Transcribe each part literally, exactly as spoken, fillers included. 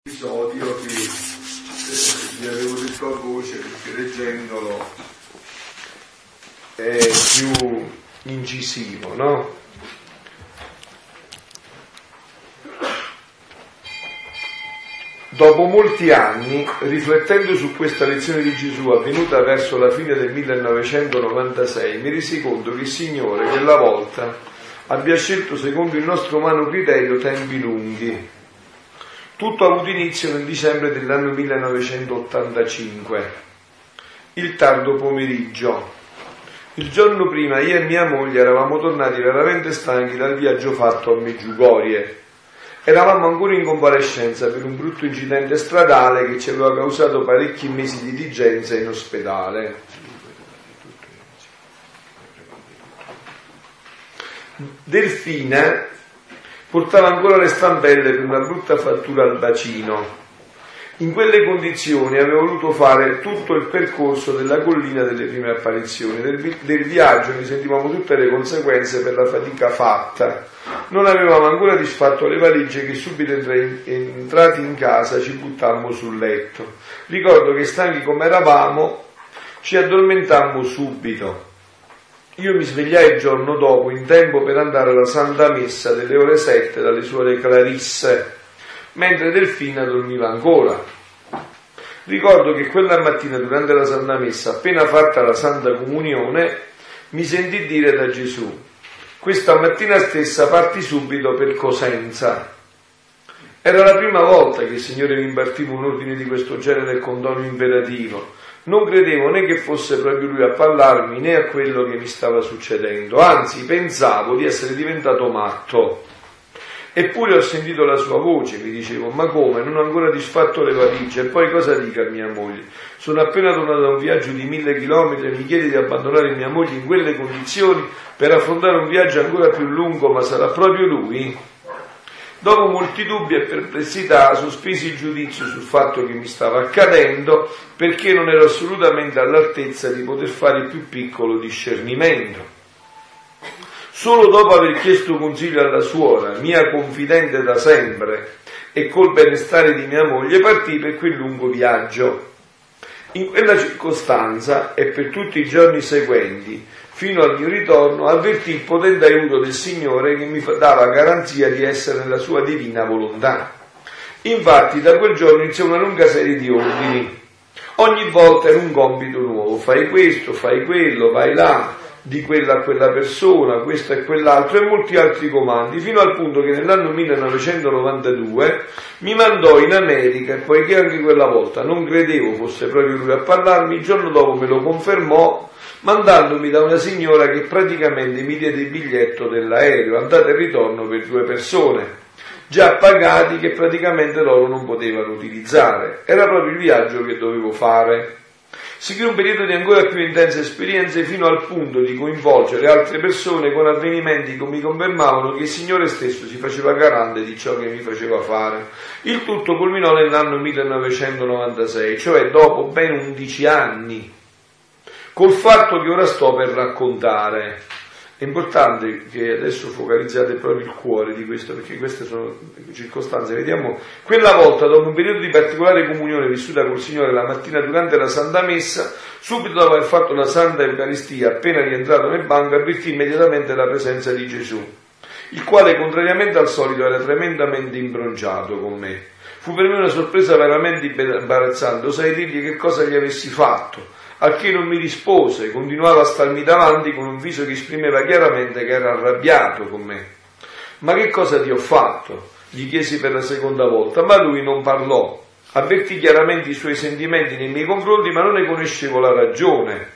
episodio che eh, vi avevo detto a voce perché leggendolo è più incisivo, no? Dopo molti anni, riflettendo su questa lezione di Gesù avvenuta verso la fine del millenovecentonovantasei, mi resi conto che il Signore quella volta abbia scelto secondo il nostro umano criterio tempi lunghi. Tutto ha avuto inizio nel dicembre dell'anno millenovecentottantacinque, il tardo pomeriggio. Il giorno prima io e mia moglie eravamo tornati veramente stanchi dal viaggio fatto a Medjugorje. Eravamo ancora in convalescenza per un brutto incidente stradale che ci aveva causato parecchi mesi di digenza in ospedale. Delfina portava ancora le stampelle per una brutta frattura al bacino. In quelle condizioni avevo voluto fare tutto il percorso della collina delle prime apparizioni. Del, vi- del viaggio ne sentivamo tutte le conseguenze per la fatica fatta. Non avevamo ancora disfatto le valigie che subito entrai- entrati in casa ci buttammo sul letto. Ricordo che stanchi come eravamo ci addormentammo subito. Io mi svegliai il giorno dopo in tempo per andare alla Santa Messa delle ore sette dalle suore Clarisse, mentre Delfina dormiva ancora. Ricordo che quella mattina durante la Santa Messa, appena fatta la Santa Comunione, mi sentì dire da Gesù: questa mattina stessa parti subito per Cosenza. Era la prima volta che il Signore mi impartiva un ordine di questo genere con tono imperativo. Non credevo né che fosse proprio Lui a parlarmi né a quello che mi stava succedendo, anzi pensavo di essere diventato matto. Eppure ho sentito la sua voce, mi dicevo: ma come, non ho ancora disfatto le valigie? E poi cosa dica a mia moglie? Sono appena tornato da un viaggio di mille chilometri e mi chiede di abbandonare mia moglie in quelle condizioni per affrontare un viaggio ancora più lungo, ma sarà proprio Lui? Dopo molti dubbi e perplessità sospesi il giudizio sul fatto che mi stava accadendo, perché non ero assolutamente all'altezza di poter fare il più piccolo discernimento. Solo dopo aver chiesto consiglio alla suora, mia confidente da sempre, e col benestare di mia moglie, partì per quel lungo viaggio. In quella circostanza e per tutti i giorni seguenti, fino al mio ritorno, avvertì il potente aiuto del Signore che mi dava garanzia di essere nella sua divina volontà. Infatti da quel giorno iniziò una lunga serie di ordini. Ogni volta era un compito nuovo: fai questo, fai quello, vai là, di quella a quella persona, questo e quell'altro, e molti altri comandi, fino al punto che nell'anno millenovecentonovantadue mi mandò in America, e poiché anche quella volta non credevo fosse proprio Lui a parlarmi, il giorno dopo me lo confermò mandandomi da una signora che praticamente mi diede il biglietto dell'aereo, andata e ritorno per due persone, già pagati, che praticamente loro non potevano utilizzare. Era proprio il viaggio che dovevo fare. Seguì un periodo di ancora più intense esperienze fino al punto di coinvolgere altre persone con avvenimenti che mi confermavano che il Signore stesso si faceva garante di ciò che mi faceva fare. Il tutto culminò nell'anno millenovecentonovantasei, cioè dopo ben undici anni, col fatto che ora sto per raccontare. È importante che adesso focalizzate proprio il cuore di questo, perché queste sono circostanze. Vediamo, quella volta, dopo un periodo di particolare comunione vissuta col Signore la mattina durante la Santa Messa, subito dopo aver fatto la Santa Eucaristia, appena rientrato nel banco, avvertì immediatamente la presenza di Gesù, il quale, contrariamente al solito, era tremendamente imbronciato con me. Fu per me una sorpresa veramente imbarazzante. Osai dirgli che cosa gli avessi fatto, al che non mi rispose, continuava a starmi davanti con un viso che esprimeva chiaramente che era arrabbiato con me. Ma che cosa ti ho fatto? Gli chiesi per la seconda volta, ma lui non parlò. Avvertì chiaramente i suoi sentimenti nei miei confronti, ma non ne conoscevo la ragione.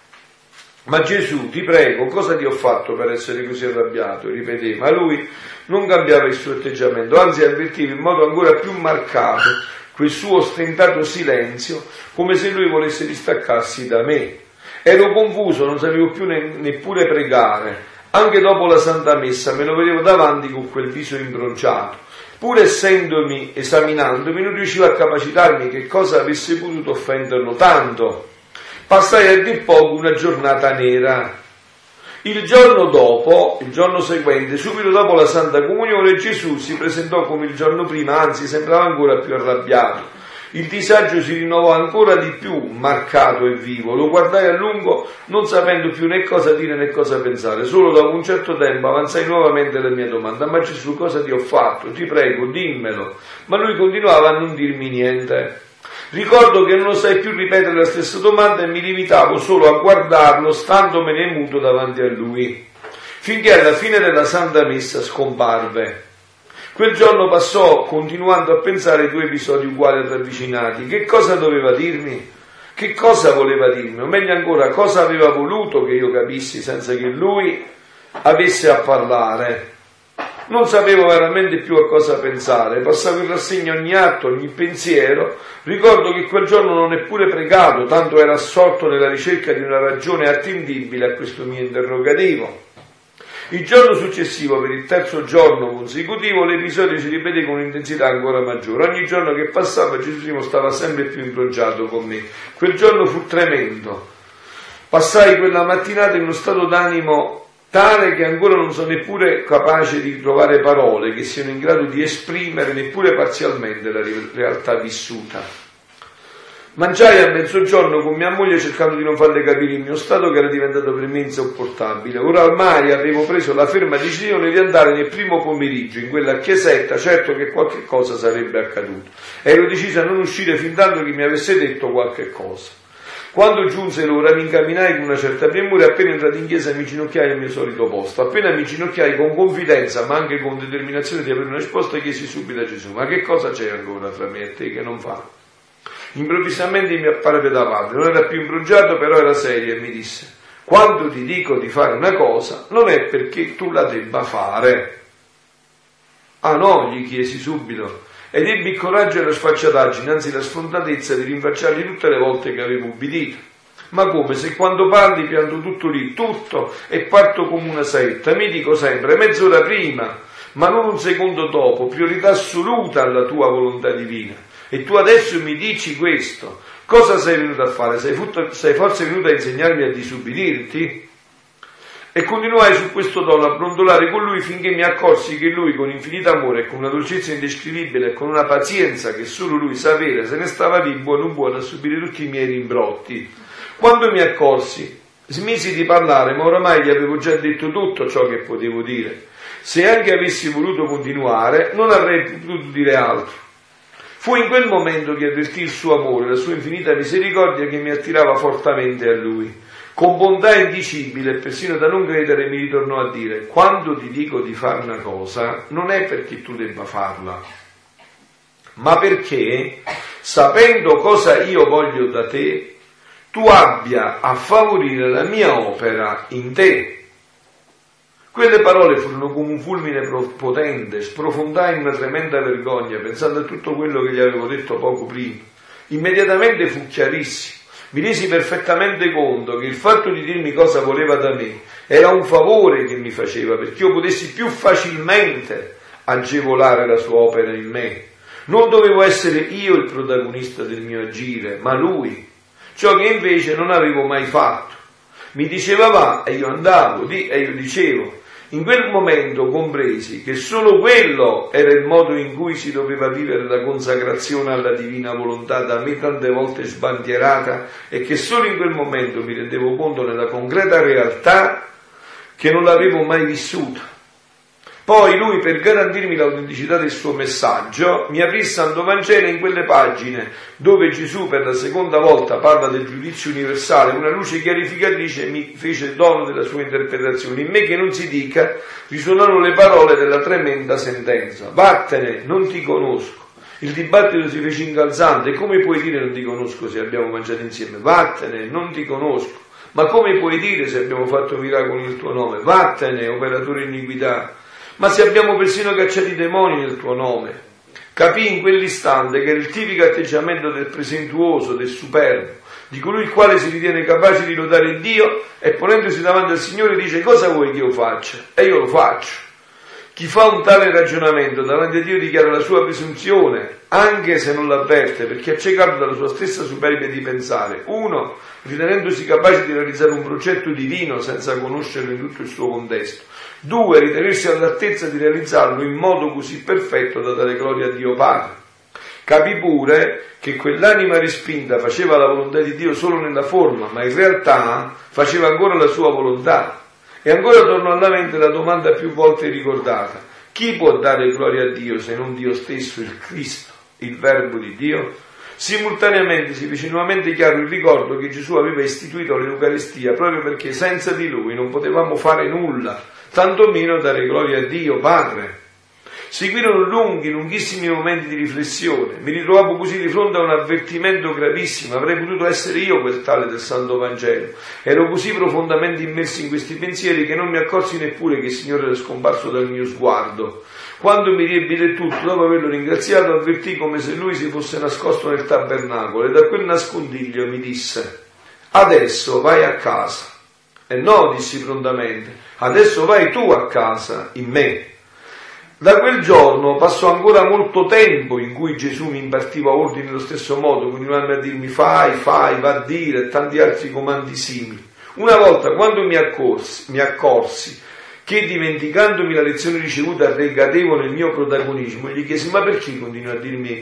Ma Gesù, ti prego, cosa ti ho fatto per essere così arrabbiato? Ripeté, ma lui non cambiava il suo atteggiamento, anzi avvertiva in modo ancora più marcato quel suo ostentato silenzio, come se lui volesse distaccarsi da me. Ero confuso, non sapevo più ne, neppure pregare. Anche dopo la Santa Messa me lo vedevo davanti con quel viso imbronciato. Pur essendomi, esaminandomi, non riuscivo a capacitarmi che cosa avesse potuto offenderlo tanto. Passai a dir poco una giornata nera. Il giorno dopo, il giorno seguente, subito dopo la Santa Comunione, Gesù si presentò come il giorno prima, anzi sembrava ancora più arrabbiato. Il disagio si rinnovò ancora di più, marcato e vivo. Lo guardai a lungo, non sapendo più né cosa dire né cosa pensare. Solo dopo un certo tempo avanzai nuovamente la mia domanda: ma Gesù, cosa ti ho fatto? Ti prego, dimmelo. Ma lui continuava a non dirmi niente. Ricordo che non osai più ripetere la stessa domanda e mi limitavo solo a guardarlo, standomene muto davanti a lui, finché alla fine della Santa Messa scomparve. Quel giorno passò continuando a pensare ai due episodi uguali e ravvicinati. Che cosa doveva dirmi? Che cosa voleva dirmi? O meglio ancora, cosa aveva voluto che io capissi senza che lui avesse a parlare? Non sapevo veramente più a cosa pensare, passavo in rassegna ogni atto, ogni pensiero. Ricordo che quel giorno non ho neppure pregato, tanto era assorto nella ricerca di una ragione attendibile a questo mio interrogativo. Il giorno successivo, per il terzo giorno consecutivo, l'episodio si ripeté con un'intensità ancora maggiore. Ogni giorno che passava Gesù si mostrava sempre più impronciato con me. Quel giorno fu tremendo. Passai quella mattinata in uno stato d'animo tale che ancora non sono neppure capace di trovare parole che siano in grado di esprimere neppure parzialmente la realtà vissuta. Mangiai a mezzogiorno con mia moglie cercando di non farle capire il mio stato, che era diventato per me insopportabile. Ora ormai avevo preso la ferma decisione di andare nel primo pomeriggio in quella chiesetta, certo che qualche cosa sarebbe accaduto. Ero decisa a non uscire fin tanto che mi avesse detto qualche cosa. Quando giunse l'ora mi incamminai con una certa premura e appena entrato in chiesa mi ginocchiai al mio solito posto. Appena mi ginocchiai con confidenza ma anche con determinazione di avere una risposta, chiesi subito a Gesù: ma che cosa c'è ancora tra me e te che non fa? Improvvisamente mi apparve da padre, non era più imbronciato, però era serio e mi disse: quando ti dico di fare una cosa non è perché tu la debba fare. Ah no, gli chiesi subito, ed ebbi il coraggio e la sfacciataggine, anzi la sfrontatezza di rinfacciargli tutte le volte che avevo ubbidito. Ma come, se quando parli pianto tutto lì, tutto, e parto come una saetta, mi dico sempre mezz'ora prima, ma non un secondo dopo, priorità assoluta alla tua volontà divina. E tu adesso mi dici questo, cosa sei venuto a fare? Sei, fu- sei forse venuto a insegnarmi a disubbidirti? E continuai su questo tono a brontolare con lui finché mi accorsi che lui, con infinito amore e con una dolcezza indescrivibile e con una pazienza che solo lui sa avere, se ne stava lì buono buono a subire tutti i miei rimbrotti. Quando mi accorsi, smisi di parlare, ma oramai gli avevo già detto tutto ciò che potevo dire. Se anche avessi voluto continuare, non avrei potuto dire altro. Fu in quel momento che avvertì il suo amore, la sua infinita misericordia che mi attirava fortemente a lui. Con bontà indicibile e persino da non credere mi ritornò a dire: quando ti dico di fare una cosa non è perché tu debba farla, ma perché, sapendo cosa io voglio da te, tu abbia a favorire la mia opera in te. Quelle parole furono come un fulmine potente, sprofondai in una tremenda vergogna, pensando a tutto quello che gli avevo detto poco prima. Immediatamente fu chiarissimo. Mi resi perfettamente conto che il fatto di dirmi cosa voleva da me era un favore che mi faceva, perché io potessi più facilmente agevolare la sua opera in me. Non dovevo essere io il protagonista del mio agire, ma lui, ciò che invece non avevo mai fatto. Mi diceva va e io andavo, di e io dicevo. In quel momento compresi che solo quello era il modo in cui si doveva vivere la consacrazione alla divina volontà da me tante volte sbandierata, e che solo in quel momento mi rendevo conto nella concreta realtà che non l'avevo mai vissuta. Poi lui, per garantirmi l'autenticità del suo messaggio, mi aprì il Santo Vangelo in quelle pagine dove Gesù per la seconda volta parla del giudizio universale. Una luce chiarificatrice mi fece dono della sua interpretazione. In me che non si dica risuonarono le parole della tremenda sentenza: vattene, non ti conosco. Il dibattito si fece incalzante. Come puoi dire non ti conosco se abbiamo mangiato insieme? Vattene, non ti conosco. Ma come puoi dire se abbiamo fatto miracoli nel tuo nome? Vattene, operatore di iniquità. Ma se abbiamo persino cacciato i demoni nel tuo nome. Capì in quell'istante che era il tipico atteggiamento del presentuoso, del superbo, di colui il quale si ritiene capace di lodare Dio e ponendosi davanti al Signore dice: cosa vuoi che io faccia? E io lo faccio. Chi fa un tale ragionamento davanti a Dio dichiara la sua presunzione, anche se non l'avverte, perché è accecato dalla sua stessa superbia di pensare. Uno, ritenendosi capace di realizzare un progetto divino senza conoscerlo in tutto il suo contesto. Due, ritenersi all'altezza di realizzarlo in modo così perfetto da dare gloria a Dio Padre. Capì pure che quell'anima respinta faceva la volontà di Dio solo nella forma, ma in realtà faceva ancora la sua volontà. E ancora torno alla mente la domanda più volte ricordata: chi può dare gloria a Dio se non Dio stesso, il Cristo, il Verbo di Dio? Simultaneamente si fece nuovamente chiaro il ricordo che Gesù aveva istituito l'Eucaristia proprio perché senza di Lui non potevamo fare nulla, tantomeno dare gloria a Dio Padre. Seguirono lunghi, lunghissimi momenti di riflessione. Mi ritrovavo così di fronte a un avvertimento gravissimo. Avrei potuto essere io quel tale del Santo Vangelo. Ero così profondamente immerso in questi pensieri che non mi accorsi neppure che il Signore era scomparso dal mio sguardo. Quando mi riebbi del tutto, dopo averlo ringraziato, avvertì come se Lui si fosse nascosto nel tabernacolo e da quel nascondiglio mi disse: adesso vai a casa. E no, dissi prontamente, adesso vai tu a casa in me. Da quel giorno passò ancora molto tempo in cui Gesù mi impartiva ordini nello stesso modo, continuando a dirmi fai, fai, va a dire e tanti altri comandi simili. Una volta, quando mi accorsi, mi accorsi che dimenticandomi la lezione ricevuta ricadevo nel mio protagonismo, gli chiesi: ma perché continui a dirmi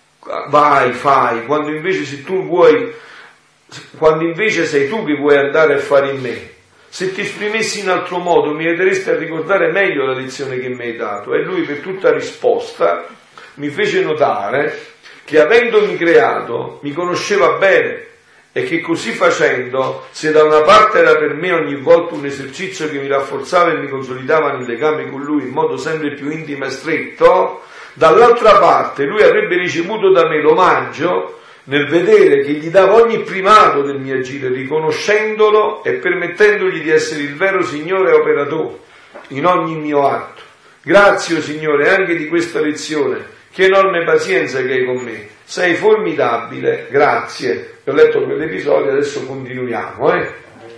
vai, fai, quando invece se tu vuoi, quando invece sei tu che vuoi andare a fare in me? Se ti esprimessi in altro modo mi aiuteresti a ricordare meglio la lezione che mi hai dato. E lui, per tutta risposta, mi fece notare che avendomi creato mi conosceva bene e che così facendo, se da una parte era per me ogni volta un esercizio che mi rafforzava e mi consolidava nel legame con lui in modo sempre più intimo e stretto, dall'altra parte lui avrebbe ricevuto da me l'omaggio nel vedere che gli davo ogni primato del mio agire, riconoscendolo e permettendogli di essere il vero Signore e operatore in ogni mio atto. Grazie, oh Signore, anche di questa lezione. Che enorme pazienza che hai con me. Sei formidabile, grazie. Ho letto quell'episodio, adesso continuiamo. Eh?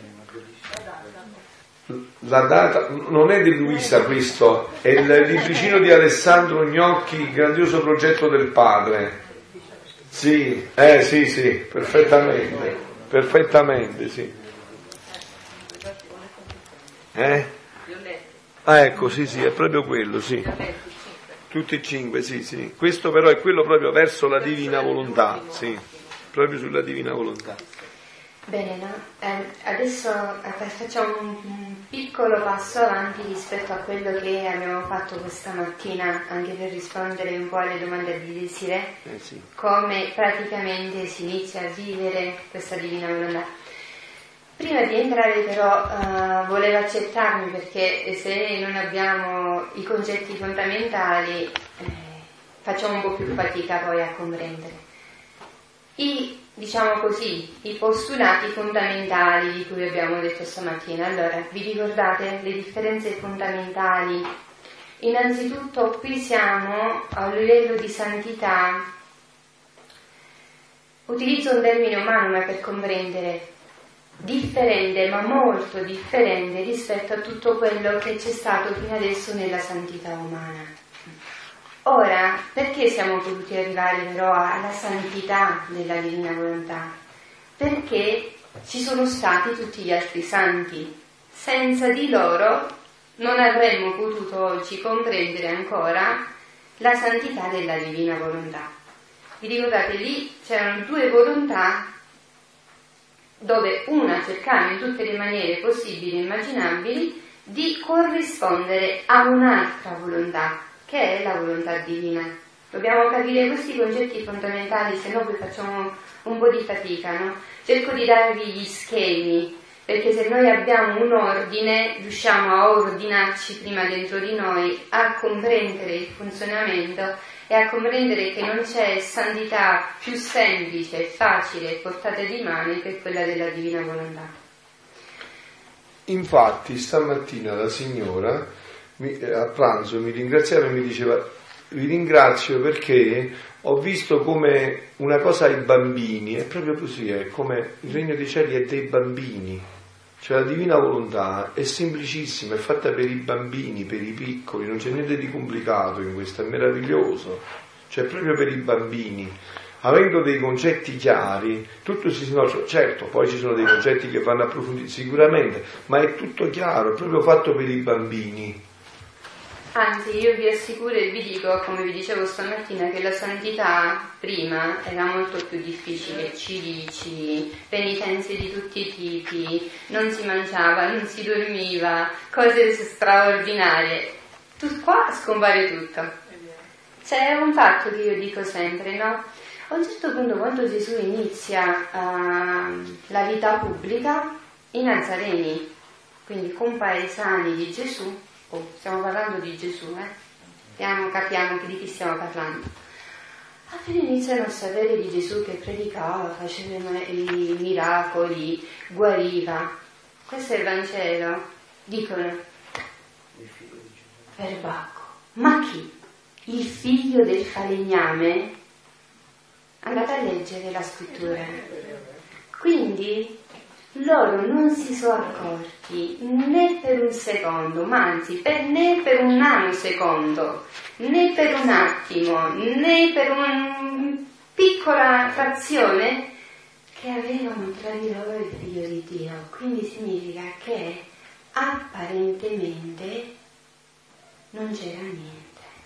La data non è di Luisa, questo è il libricino di Alessandro Gnocchi, il grandioso progetto del padre. Sì, eh sì, sì, perfettamente, perfettamente, sì. Eh? Ah, ecco, sì, sì, è proprio quello, sì. Tutti e cinque, sì, sì. Questo però è quello proprio verso la divina volontà, sì, proprio sulla divina volontà. Bene, no? eh, adesso eh, facciamo un, un piccolo passo avanti rispetto a quello che abbiamo fatto questa mattina, anche per rispondere un po' alle domande di Desiree, eh sì. Come praticamente si inizia a vivere questa divina volontà. Prima di entrare però uh, volevo accettarmi, perché se non abbiamo i concetti fondamentali eh, facciamo un po' più fatica poi a comprendere. I Diciamo così, i postulati fondamentali di cui abbiamo detto stamattina. Allora, vi ricordate le differenze fondamentali? Innanzitutto qui siamo a un livello di santità, utilizzo un termine umano ma per comprendere, differente, ma molto differente rispetto a tutto quello che c'è stato fino adesso nella santità umana. Ora, perché siamo potuti arrivare però alla santità della divina volontà? Perché ci sono stati tutti gli altri santi. Senza di loro non avremmo potuto oggi comprendere ancora la santità della divina volontà. Vi ricordate, lì c'erano due volontà dove una cercava in tutte le maniere possibili e immaginabili di corrispondere a un'altra volontà, che è la volontà divina. Dobbiamo capire questi concetti fondamentali, se no poi facciamo un po' di fatica, no? Cerco di darvi gli schemi, perché se noi abbiamo un ordine, riusciamo a ordinarci prima dentro di noi, a comprendere il funzionamento e a comprendere che non c'è santità più semplice, facile e portata di mano che quella della divina volontà. Infatti stamattina la signora Mi, a pranzo mi ringraziava e mi diceva: vi ringrazio perché ho visto come una cosa ai bambini, è proprio così, è come il regno dei cieli è dei bambini, Cioè la divina volontà è semplicissima, è fatta per i bambini, per i piccoli, non c'è niente di complicato in questo, è meraviglioso, cioè proprio per i bambini. Avendo dei concetti chiari, tutto si snocia, certo, poi ci sono dei concetti che vanno approfonditi sicuramente, ma è tutto chiaro, è proprio fatto per i bambini. Anzi, io vi assicuro e vi dico, come vi dicevo stamattina, che la santità prima era molto più difficile, cilici, penitenze di tutti i tipi, non si mangiava, non si dormiva, cose straordinarie. Tu, qua scompare tutto. C'è un fatto che io dico sempre, no? A un certo punto, quando Gesù inizia uh, la vita pubblica, i Nazareni, quindi compaesani di Gesù, oh, stiamo parlando di Gesù, eh? Capiamo, capiamo di chi stiamo parlando. Appena iniziano a sapere di Gesù che predicava, faceva i miracoli, guariva, questo è il Vangelo, dicono, perbacco, ma chi? Il figlio del falegname? Andate a leggere la scrittura. Quindi loro non si sono accorti né per un secondo, ma anzi per, né per un nanosecondo, né per un attimo, né per una piccola frazione che avevano tra di loro il figlio di Dio. Quindi significa che apparentemente non c'era niente.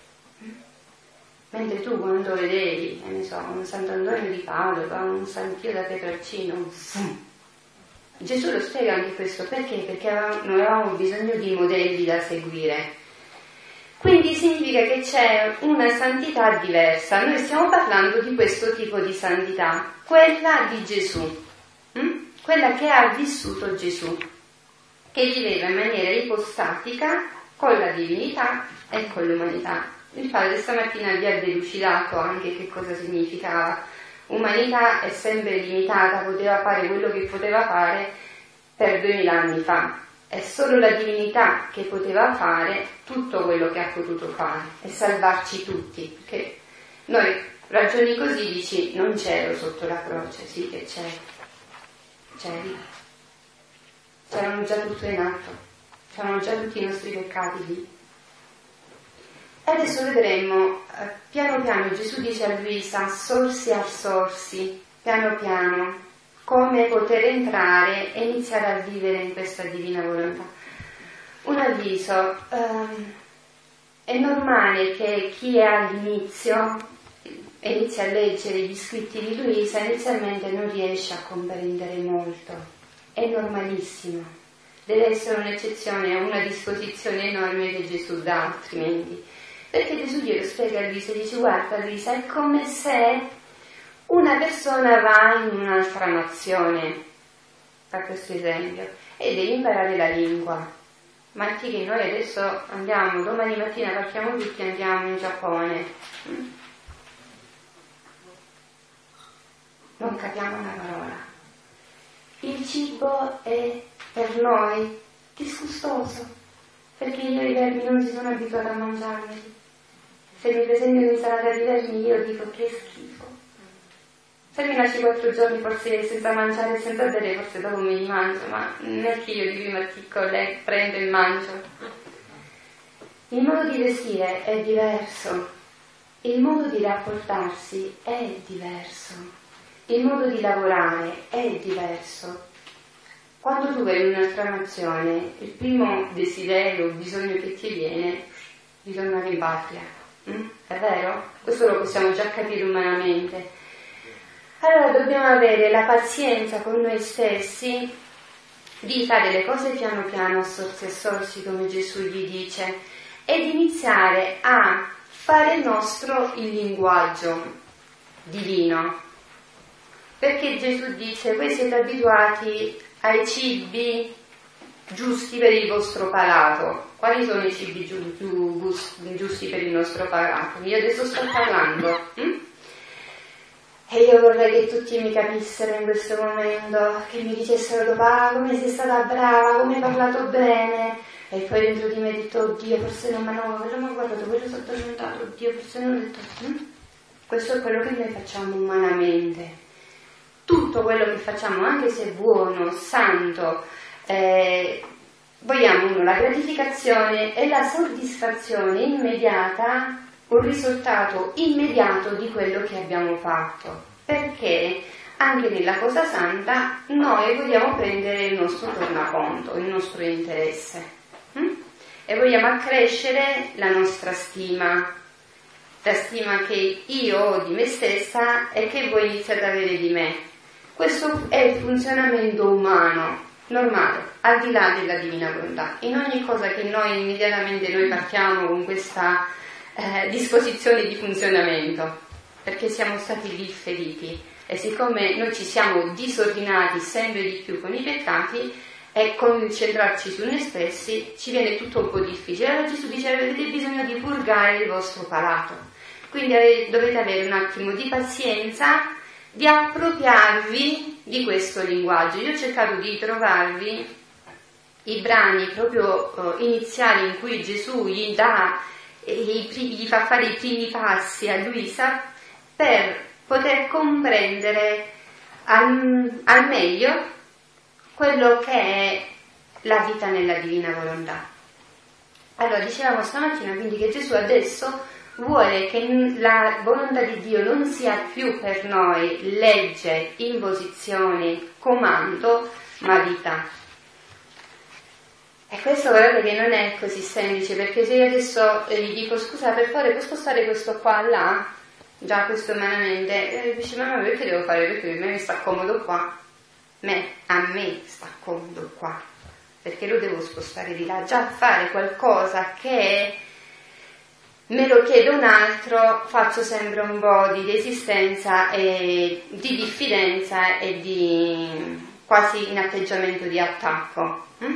Mentre tu quando vedevi, ne so, un Sant'Antonio di Padova, un San Pio da Pietrelcino, Gesù lo spiega anche questo, perché? Perché noi avevamo bisogno di modelli da seguire. Quindi significa che c'è una santità diversa. Noi stiamo parlando di questo tipo di santità, quella di Gesù, hm? quella che ha vissuto Gesù, che viveva in maniera ipostatica con la divinità e con l'umanità. Il padre stamattina vi ha delucidato anche che cosa significava. Umanità è sempre limitata, poteva fare quello che poteva fare per duemila anni fa. È solo la divinità che poteva fare tutto quello che ha potuto fare e salvarci tutti. Perché noi ragioni così, dici non c'ero sotto la croce, sì che c'eri, c'eri. C'erano già tutto in atto, c'erano già tutti i nostri peccati lì. E adesso vedremo, eh, piano piano Gesù dice a Luisa, sorsi a sorsi, piano piano, come poter entrare e iniziare a vivere in questa divina volontà. Un avviso, ehm, è normale che chi è all'inizio e inizia a leggere gli scritti di Luisa inizialmente non riesce a comprendere molto, è normalissimo, deve essere un'eccezione a una disposizione enorme che Gesù dà, altrimenti. Perché Gesù glielo spiega a Luisa e dice, guarda Luisa, è come se una persona va in un'altra nazione, fa questo esempio, e deve imparare la lingua. Metti che noi adesso andiamo, domani mattina partiamo tutti e andiamo in Giappone. Non capiamo una parola. Il cibo è per noi disgustoso, perché io i vermi non si sono abituata a mangiarli. Se mi presento un'insalata di vermi io dico che schifo. Se mi lasci quattro giorni forse senza mangiare e senza bere, forse dopo me li mangio, ma non è che io di prima ticco, le prendo e mangio. Il modo di vestire è diverso, il modo di rapportarsi è diverso, il modo di lavorare è diverso. Quando tu vai in un'altra nazione, il primo desiderio o bisogno che ti viene di tornare in patria. Mm? È vero? Questo lo possiamo già capire umanamente. Allora dobbiamo avere la pazienza con noi stessi di fare le cose piano piano, a sorsi a sorsi, come Gesù gli dice, ed iniziare a fare nostro il linguaggio divino. Perché Gesù dice, voi siete abituati ai cibi giusti per il vostro palato. Quali sono i cibi giu- giu- giusti per il nostro palato? Io adesso sto parlando. Hm? E io vorrei che tutti mi capissero in questo momento, che mi dicessero dopo, ah, come sei stata brava, come hai parlato bene. E poi dentro di me ho detto, oddio, forse non, ma no, quello mi ha guardato, quello sono addormentato, oddio, forse non ho detto. Hm? Questo è quello che noi facciamo umanamente. Tutto quello che facciamo, anche se è buono, santo, eh, vogliamo uno, la gratificazione e la soddisfazione immediata, un risultato immediato di quello che abbiamo fatto, perché anche nella cosa santa noi vogliamo prendere il nostro tornaconto, il nostro interesse hm? e vogliamo accrescere la nostra stima, la stima che io ho di me stessa e che voi iniziate ad avere di me. Questo è il funzionamento umano normale, al di là della divina volontà. In ogni cosa che noi immediatamente noi partiamo con questa eh, disposizione di funzionamento, perché siamo stati lì feriti, e siccome noi ci siamo disordinati sempre di più con i peccati e concentrarci su noi stessi ci viene tutto un po' difficile. Allora Gesù dice: avete bisogno di purgare il vostro palato, quindi avete, dovete avere un attimo di pazienza, di appropriarvi di questo linguaggio. Io ho cercato di trovarvi i brani proprio uh, iniziali in cui Gesù gli dà, i, gli fa fare i primi passi a Luisa per poter comprendere al, al meglio quello che è la vita nella divina volontà. Allora, dicevamo stamattina quindi che Gesù adesso vuole che la volontà di Dio non sia più per noi legge, imposizione, comando, ma vita. E questo guardate che non è così semplice, perché se io adesso gli dico: scusa, per favore puoi spostare questo qua là, già questo umanamente, e dice: ma perché devo fare? Perché a me mi sta comodo qua, me, a me sta comodo qua, perché lo devo spostare di là. Già fare qualcosa che me lo chiede un altro, faccio sempre un po' di resistenza e di diffidenza e di quasi in atteggiamento di attacco. hm?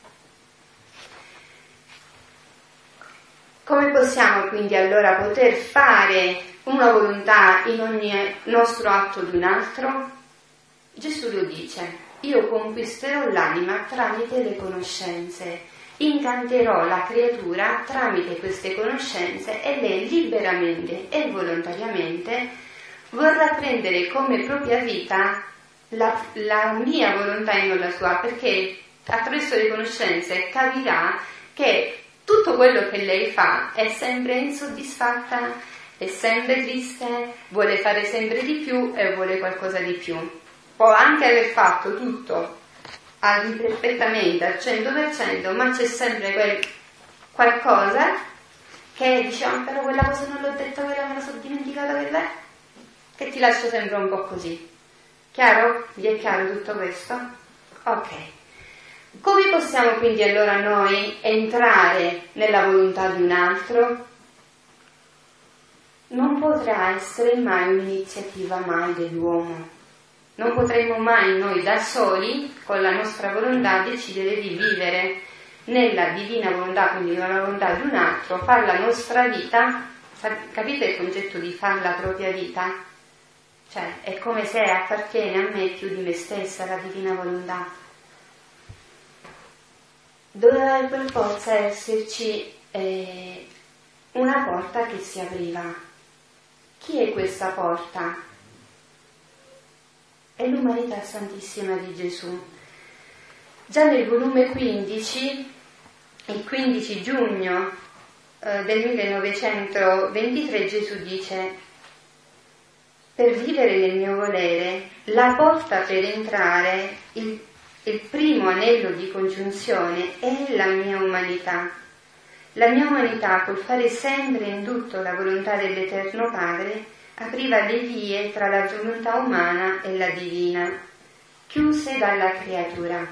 Come possiamo quindi allora poter fare una volontà in ogni nostro atto di un altro? Gesù lo dice: io conquisterò l'anima tramite le conoscenze, incanterò la creatura tramite queste conoscenze e lei liberamente e volontariamente vorrà prendere come propria vita la, la mia volontà e non la sua, perché attraverso le conoscenze capirà che tutto quello che lei fa è sempre insoddisfatta, è sempre triste, vuole fare sempre di più e vuole qualcosa di più. Può anche aver fatto tutto perfettamente al cento per cento, ma c'è sempre quel qualcosa che diciamo: però quella cosa non l'ho detta, quella me la sono dimenticata, quella che ti lascia sempre un po' così. Chiaro? Vi è chiaro tutto questo? Ok. Come possiamo quindi allora noi entrare nella volontà di un altro? Non potrà essere mai un'iniziativa mai dell'uomo. Non potremo mai noi da soli, con la nostra volontà, decidere di vivere nella divina volontà, quindi nella volontà di un altro, fare la nostra vita. Capite il concetto di fare la propria vita? Cioè, è come se appartiene a me più di me stessa la divina volontà. Doveva per forza esserci eh, una porta che si apriva. Chi è questa porta? È l'umanità santissima di Gesù. Già nel volume quindici, il quindici giugno eh, del millenovecentoventitré, Gesù dice: per vivere nel mio volere, la porta per entrare, il, il primo anello di congiunzione è la mia umanità. La mia umanità, col fare sempre in tutto la volontà dell'Eterno Padre, apriva le vie tra la volontà umana e la divina, chiuse dalla creatura.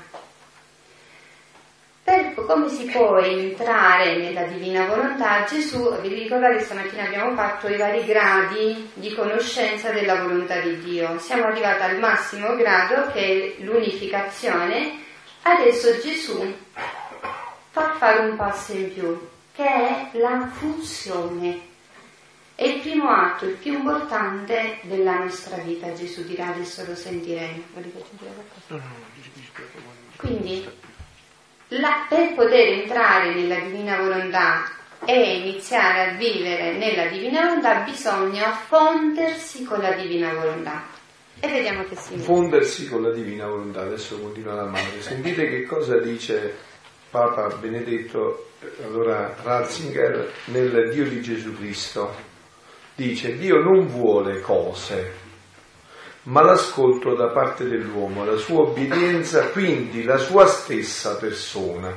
Per come si può entrare nella divina volontà? Gesù, vi ricordate stamattina abbiamo fatto i vari gradi di conoscenza della volontà di Dio. Siamo arrivati al massimo grado, che è l'unificazione. Adesso Gesù fa fare un passo in più, che è la fusione. È il primo atto, il più importante della nostra vita. Gesù dirà, adesso lo sentiremo. Volete sentire qualcosa? Quindi, la, per poter entrare nella divina volontà e iniziare a vivere nella divina volontà, bisogna fondersi con la divina volontà. E vediamo che significa. Fondersi con la divina volontà. Adesso continua la madre. Sentite che cosa dice Papa Benedetto, allora Ratzinger, nel Dio di Gesù Cristo. Dice: Dio non vuole cose, ma l'ascolto da parte dell'uomo, la sua obbedienza, quindi la sua stessa persona.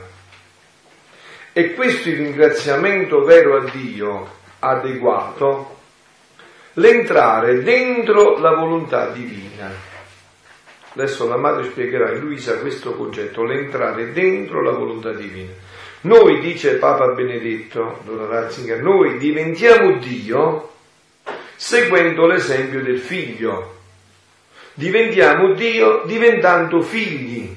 E questo il ringraziamento vero a Dio, adeguato, l'entrare dentro la volontà divina. Adesso la madre spiegherà in Luisa questo concetto, l'entrare dentro la volontà divina. Noi, dice Papa Benedetto, allora Ratzinger, noi diventiamo Dio seguendo l'esempio del figlio. Diventiamo Dio diventando figli.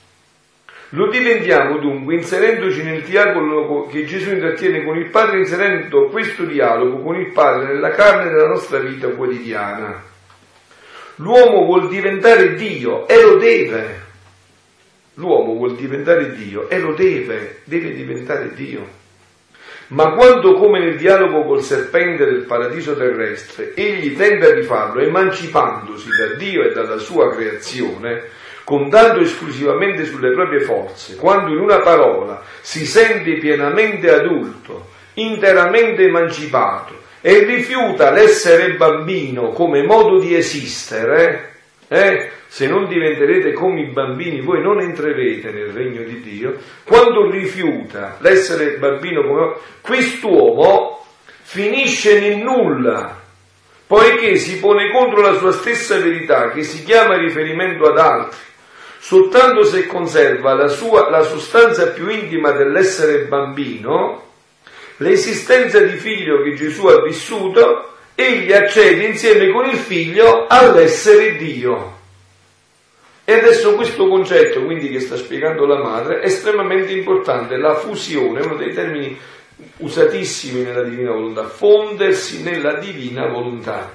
Lo diventiamo dunque inserendoci nel dialogo che Gesù intrattiene con il Padre, inserendo questo dialogo con il Padre nella carne della nostra vita quotidiana. L'uomo vuol diventare Dio e lo deve. L'uomo vuol diventare Dio e lo deve, deve diventare Dio. Ma quando, come nel dialogo col serpente del paradiso terrestre, egli tenta di farlo emancipandosi da Dio e dalla sua creazione, contando esclusivamente sulle proprie forze, quando in una parola si sente pienamente adulto, interamente emancipato e rifiuta l'essere bambino come modo di esistere, eh, se non diventerete come i bambini voi non entrerete nel regno di Dio. Quando rifiuta l'essere bambino come quest'uomo finisce nel nulla, poiché si pone contro la sua stessa verità che si chiama riferimento ad altri. Soltanto se conserva la sua la sostanza più intima dell'essere bambino, l'esistenza di figlio che Gesù ha vissuto, egli accede insieme con il figlio all'essere Dio. E adesso questo concetto, quindi, che sta spiegando la madre, è estremamente importante, la fusione, uno dei termini usatissimi nella divina volontà, fondersi nella divina volontà.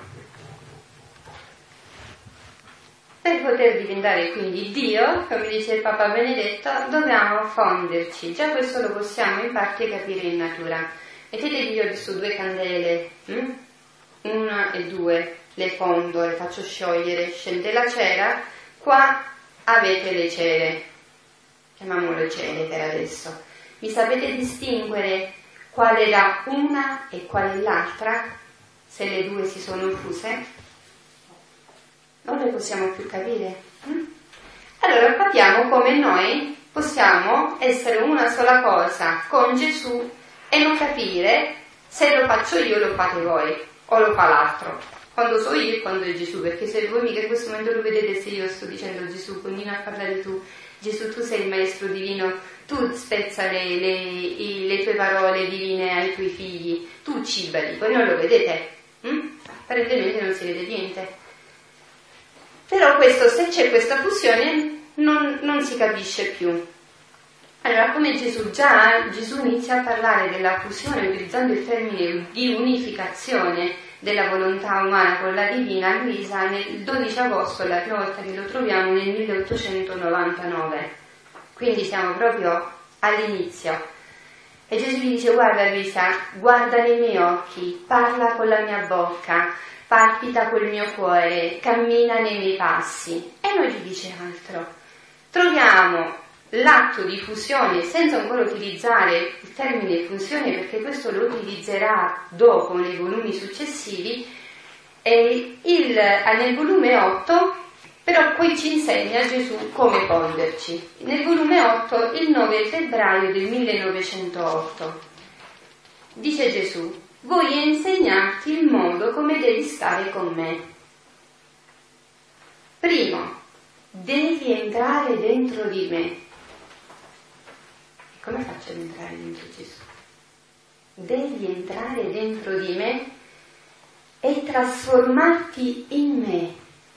Per poter diventare quindi Dio, come dice il Papa Benedetto, dobbiamo fonderci. Già questo lo possiamo in parte capire in natura. Mettete Dio su due candele, hm? una e due, le fondo, le faccio sciogliere, scende la cera, qua avete le cere, chiamiamole cere per adesso. Mi sapete distinguere qual è la una e qual è l'altra, se le due si sono fuse? Non le possiamo più capire. Allora capiamo come noi possiamo essere una sola cosa con Gesù e non capire se lo faccio io lo fate voi o lo fa l'altro, quando so io e quando è Gesù, perché se voi mica in questo momento lo vedete, se io sto dicendo Gesù, continua a parlare tu, Gesù tu sei il maestro divino, tu spezza le, le, i, le tue parole divine ai tuoi figli, tu cibali, voi non lo vedete, hm? Apparentemente non si vede niente. Però questo, se c'è questa fusione, non, non si capisce più. Allora, come Gesù già, Gesù inizia a parlare della fusione utilizzando il termine di unificazione della volontà umana con la divina, Luisa, nel dodici agosto, la prima volta che lo troviamo, nel milleottocentonovantanove. Quindi siamo proprio all'inizio. E Gesù gli dice: guarda Luisa, guarda nei miei occhi, parla con la mia bocca, palpita col mio cuore, cammina nei miei passi. E non gli dice altro. Troviamo l'atto di fusione, senza ancora utilizzare il termine fusione, perché questo lo utilizzerà dopo nei volumi successivi, e il, nel volume otto, però poi ci insegna Gesù come fonderci. Nel volume otto, il nove febbraio del millenovecentootto, dice Gesù: voglio insegnarti il modo come devi stare con me. Primo, devi entrare dentro di me. Come faccio ad entrare dentro Gesù? Devi entrare dentro di me e trasformarti in me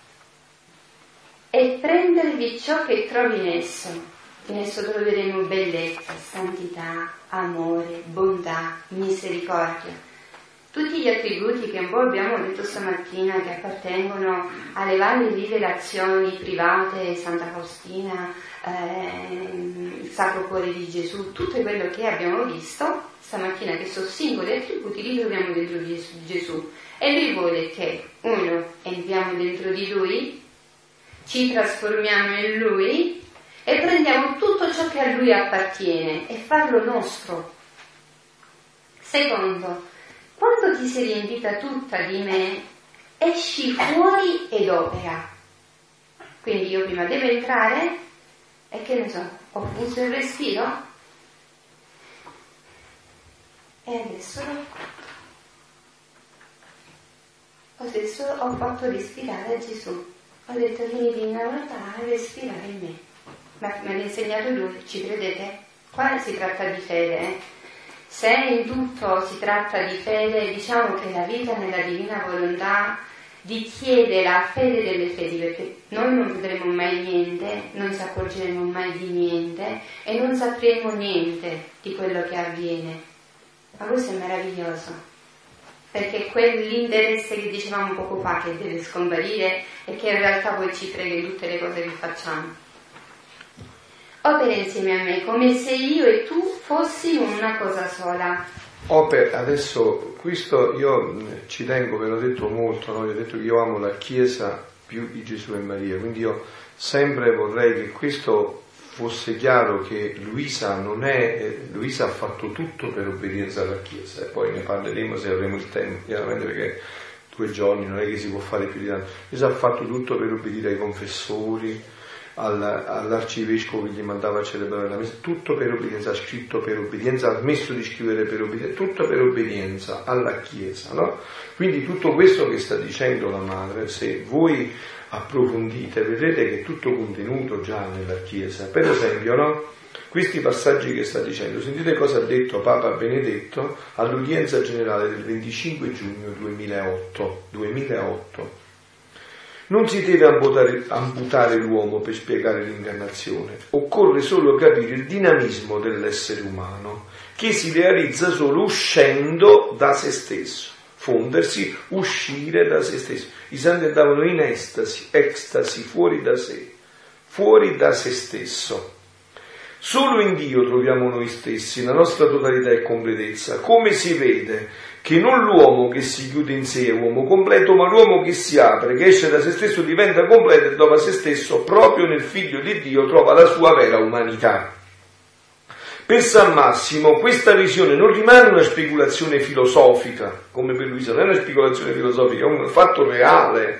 e prendervi ciò che trovi in esso. In esso troveremo bellezza, santità, amore, bontà, misericordia. Tutti gli attributi che un po' abbiamo detto stamattina, che appartengono alle varie rivelazioni private, Santa Faustina, eh, il Sacro Cuore di Gesù, tutto quello che abbiamo visto stamattina, che sono singoli attributi, li troviamo dentro di Gesù. E lui vuole che, uno, entriamo dentro di lui, ci trasformiamo in lui e prendiamo tutto ciò che a lui appartiene e farlo nostro. Secondo, quando ti sei riempita tutta di me, esci fuori ed opera. Quindi io prima devo entrare e che ne so, ho uso il respiro e adesso adesso ho fatto respirare a Gesù. Ho detto vieni in realtà a respirare in me. Ma me l'ha insegnato lui, ci credete? Qua si tratta di fede, eh? Se in tutto si tratta di fede, diciamo che la vita nella divina volontà richiede la fede delle fedi, perché noi non vedremo mai niente, non ci accorgeremo mai di niente e non sapremo niente di quello che avviene. Ma questo è meraviglioso, perché quell'interesse che dicevamo poco fa che deve scomparire e che in realtà poi ci frega in tutte le cose che facciamo. Opera insieme a me come se io e tu fossimo una cosa sola. Opera, adesso questo io ci tengo, ve l'ho detto molto, no? Vi ho detto che io amo la Chiesa più di Gesù e Maria, quindi io sempre vorrei che questo fosse chiaro, che Luisa non è, Luisa ha fatto tutto per obbedienza alla Chiesa, e poi ne parleremo se avremo il tempo, chiaramente, perché due giorni non è che si può fare più di tanto. Luisa ha fatto tutto per obbedire ai confessori, all'arcivescovo che gli mandava a celebrare la messa, tutto per obbedienza, ha scritto per obbedienza, ha smesso di scrivere per obbedienza, tutto per obbedienza alla Chiesa, no? Quindi tutto questo che sta dicendo la madre, se voi approfondite, vedrete che è tutto contenuto già nella Chiesa. Per esempio, no? Questi passaggi che sta dicendo, sentite cosa ha detto Papa Benedetto all'udienza generale del venticinque giugno duemilaotto. Non si deve amputare, amputare l'uomo per spiegare l'incarnazione, occorre solo capire il dinamismo dell'essere umano, che si realizza solo uscendo da se stesso, fondersi, uscire da se stesso. I santi andavano in estasi, estasi, fuori da sé, fuori da se stesso. Solo in Dio troviamo noi stessi, la nostra totalità e completezza. Come si vede che non l'uomo che si chiude in sé è uomo completo, ma l'uomo che si apre, che esce da se stesso, diventa completo e trova se stesso, proprio nel Figlio di Dio trova la sua vera umanità. Per San Massimo questa visione non rimane una speculazione filosofica, come per Luisa, non è una speculazione filosofica, è un fatto reale.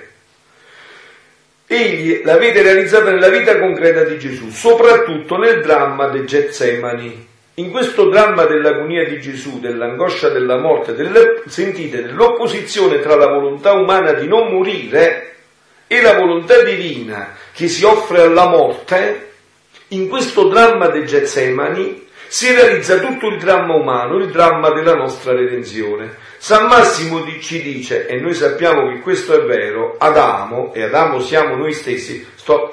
Egli la vede realizzata nella vita concreta di Gesù, soprattutto nel dramma dei Getsemani. In questo dramma dell'agonia di Gesù, dell'angoscia della morte, delle, sentite, dell'opposizione tra la volontà umana di non morire e la volontà divina che si offre alla morte, in questo dramma dei Getsemani si realizza tutto il dramma umano, il dramma della nostra redenzione. San Massimo ci dice, e noi sappiamo che questo è vero, Adamo, e Adamo siamo noi stessi, sto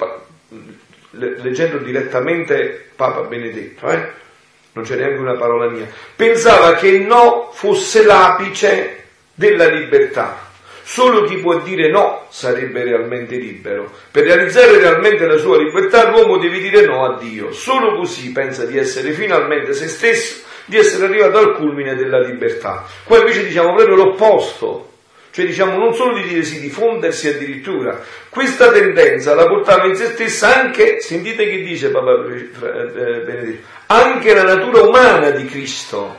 leggendo direttamente Papa Benedetto, eh? Non c'è neanche una parola mia, pensava che il no fosse l'apice della libertà. Solo chi può dire no sarebbe realmente libero. Per realizzare realmente la sua libertà l'uomo deve dire no a Dio. Solo così pensa di essere finalmente se stesso, di essere arrivato al culmine della libertà. Qua invece diciamo proprio l'opposto. Cioè diciamo non solo di dire sì, di fondersi addirittura. Questa tendenza la portava in se stessa anche, sentite che dice Papa Benedetto, anche la natura umana di Cristo.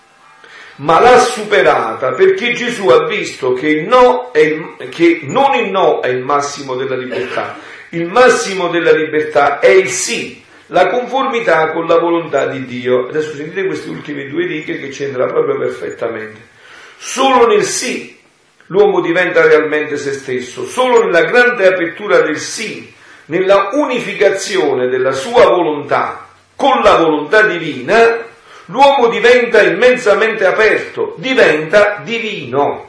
Ma l'ha superata perché Gesù ha visto che, il no è il, che non il no è il massimo della libertà, il massimo della libertà è il sì, la conformità con la volontà di Dio. Adesso sentite queste ultime due righe che c'entra proprio perfettamente. Solo nel sì l'uomo diventa realmente se stesso, solo nella grande apertura del sì, nella unificazione della sua volontà con la volontà divina, l'uomo diventa immensamente aperto, diventa divino.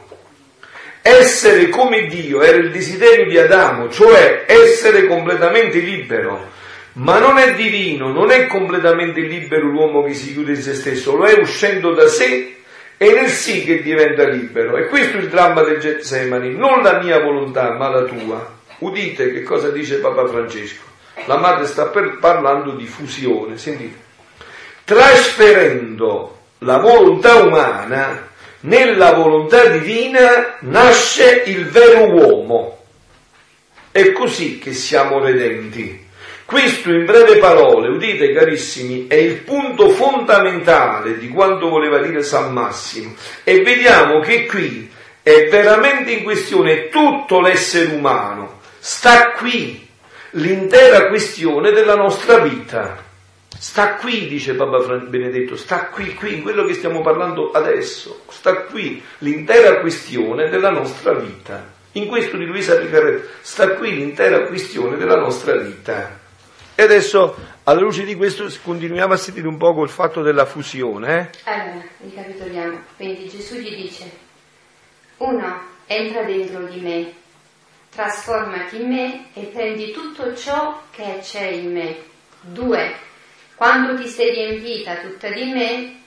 Essere come Dio era il desiderio di Adamo, cioè essere completamente libero. Ma non è divino, non è completamente libero l'uomo che si chiude in se stesso, lo è uscendo da sé e nel sì che diventa libero. E questo è il dramma del Getsemani, non la mia volontà ma la tua. Udite che cosa dice Papa Francesco. La madre sta per parlando di fusione, sentite. Trasferendo la volontà umana, nella volontà divina nasce il vero uomo. È così che siamo redenti. Questo, in breve parole, udite carissimi, è il punto fondamentale di quanto voleva dire San Massimo. E vediamo che qui è veramente in questione tutto l'essere umano. Sta qui l'intera questione della nostra vita. Sta qui, dice Papa Benedetto, sta qui, qui, in quello che stiamo parlando adesso. Sta qui l'intera questione della nostra vita. In questo di Luisa Picarretta sta qui l'intera questione della nostra vita. E adesso, alla luce di questo, continuiamo a sentire un poco il fatto della fusione. Eh? Allora, ricapitoliamo. Quindi Gesù gli dice: uno, entra dentro di me, trasformati in me e prendi tutto ciò che c'è in me. Due, quando ti sei riempita tutta di me,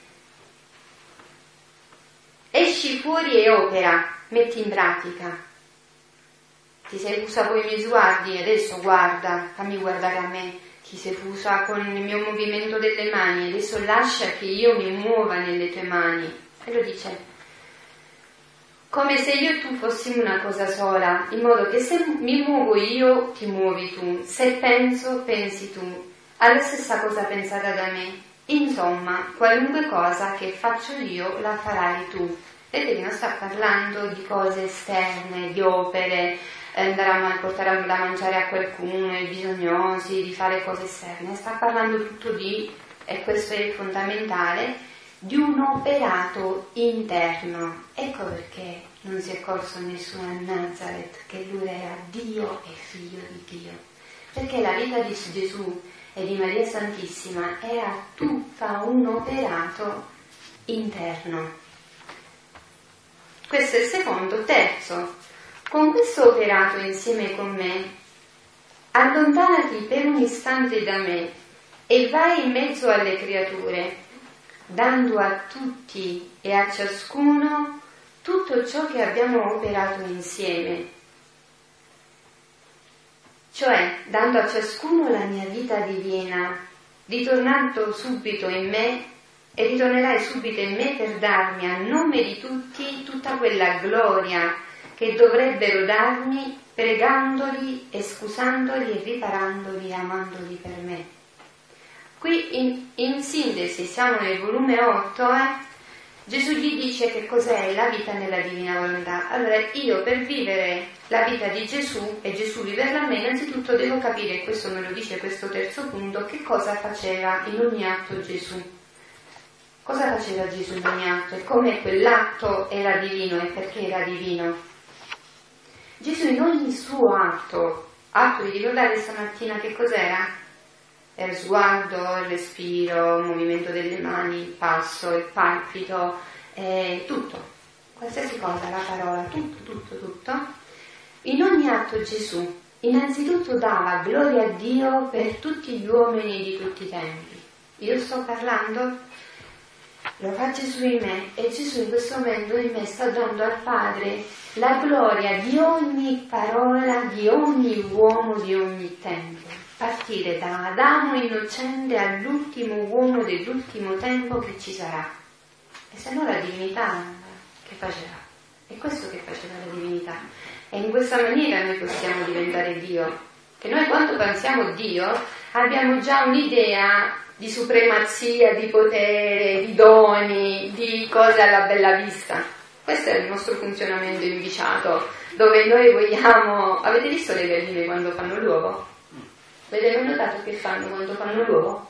esci fuori e opera, metti in pratica. Ti sei fusa con i miei sguardi, adesso guarda, fammi guardare a me. Ti sei fusa con il mio movimento delle mani, adesso lascia che io mi muova nelle tue mani. E lo dice, come se io e tu fossimo una cosa sola, in modo che se mi muovo io, ti muovi tu, se penso, pensi tu. Ha la stessa cosa pensata da me. Insomma, qualunque cosa che faccio io, la farai tu. Vedete che non sta parlando di cose esterne, di opere, andare a portare da mangiare a qualcuno, i bisognosi, di fare cose esterne. Sta parlando tutto di, e questo è il fondamentale, di un operato interno. Ecco perché non si è corso nessuno a Nazareth che lui era Dio e figlio di Dio. Perché la vita di Gesù e di Maria Santissima era tutta un operato interno. Questo è il secondo. Terzo, con questo operato insieme con me, allontanati per un istante da me e vai in mezzo alle creature, dando a tutti e a ciascuno tutto ciò che abbiamo operato insieme, cioè dando a ciascuno la mia vita divina, ritornando subito in me, e ritornerai subito in me per darmi a nome di tutti tutta quella gloria che dovrebbero darmi, pregandoli e scusandoli e riparandoli e amandoli per me. Qui in, in sintesi siamo nel volume otto, eh? Gesù gli dice che cos'è la vita nella divina volontà. Allora io per vivere la vita di Gesù e Gesù viverla a me, innanzitutto devo capire, e questo me lo dice questo terzo punto, che cosa faceva in ogni atto Gesù. Cosa faceva Gesù in ogni atto e come quell'atto era divino e perché era divino. Gesù in ogni suo atto, atto di ricordare stamattina che cos'era? Era il sguardo, il respiro, il movimento delle mani, il passo, il palpito, eh, tutto, qualsiasi cosa, la parola, tutto, tutto, tutto. In ogni atto Gesù innanzitutto dava gloria a Dio per tutti gli uomini di tutti i tempi. Io sto parlando, lo fa Gesù in me e Gesù in questo momento in me sta dando al Padre la gloria di ogni parola, di ogni uomo, di ogni tempo. Partire da Adamo innocente all'ultimo uomo dell'ultimo tempo che ci sarà. E se no la divinità che faceva? È questo che faceva la divinità. E in questa maniera noi possiamo diventare Dio. Che noi quando pensiamo Dio abbiamo già un'idea di supremazia, di potere, di doni, di cose alla bella vista. Questo è il nostro funzionamento inviciato, dove noi vogliamo... Avete visto le galline quando fanno l'uovo? Avete mai notato che fanno quando fanno l'uovo?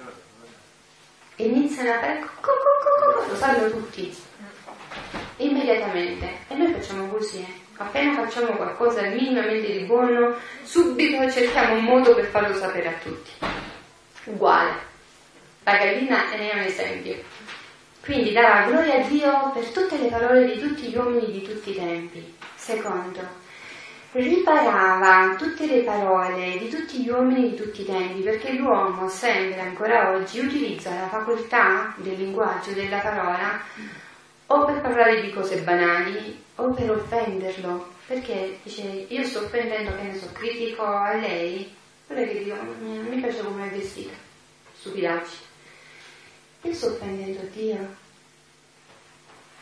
Iniziano a fare... Lo sanno tutti, immediatamente. E noi facciamo così. Appena facciamo qualcosa minimamente di buono, subito cerchiamo un modo per farlo sapere a tutti. Uguale. La gallina è un esempio. Quindi dava gloria a Dio per tutte le parole di tutti gli uomini di tutti i tempi. Secondo, riparava tutte le parole di tutti gli uomini di tutti i tempi, perché l'uomo sempre, ancora oggi, utilizza la facoltà del linguaggio, della parola, o per parlare di cose banali, o per offenderlo. Perché dice, io sto offendendo, che ne so, critico a lei, quella che dico, mi piace come è vestita, stupidacci. Io sto offendendo Dio,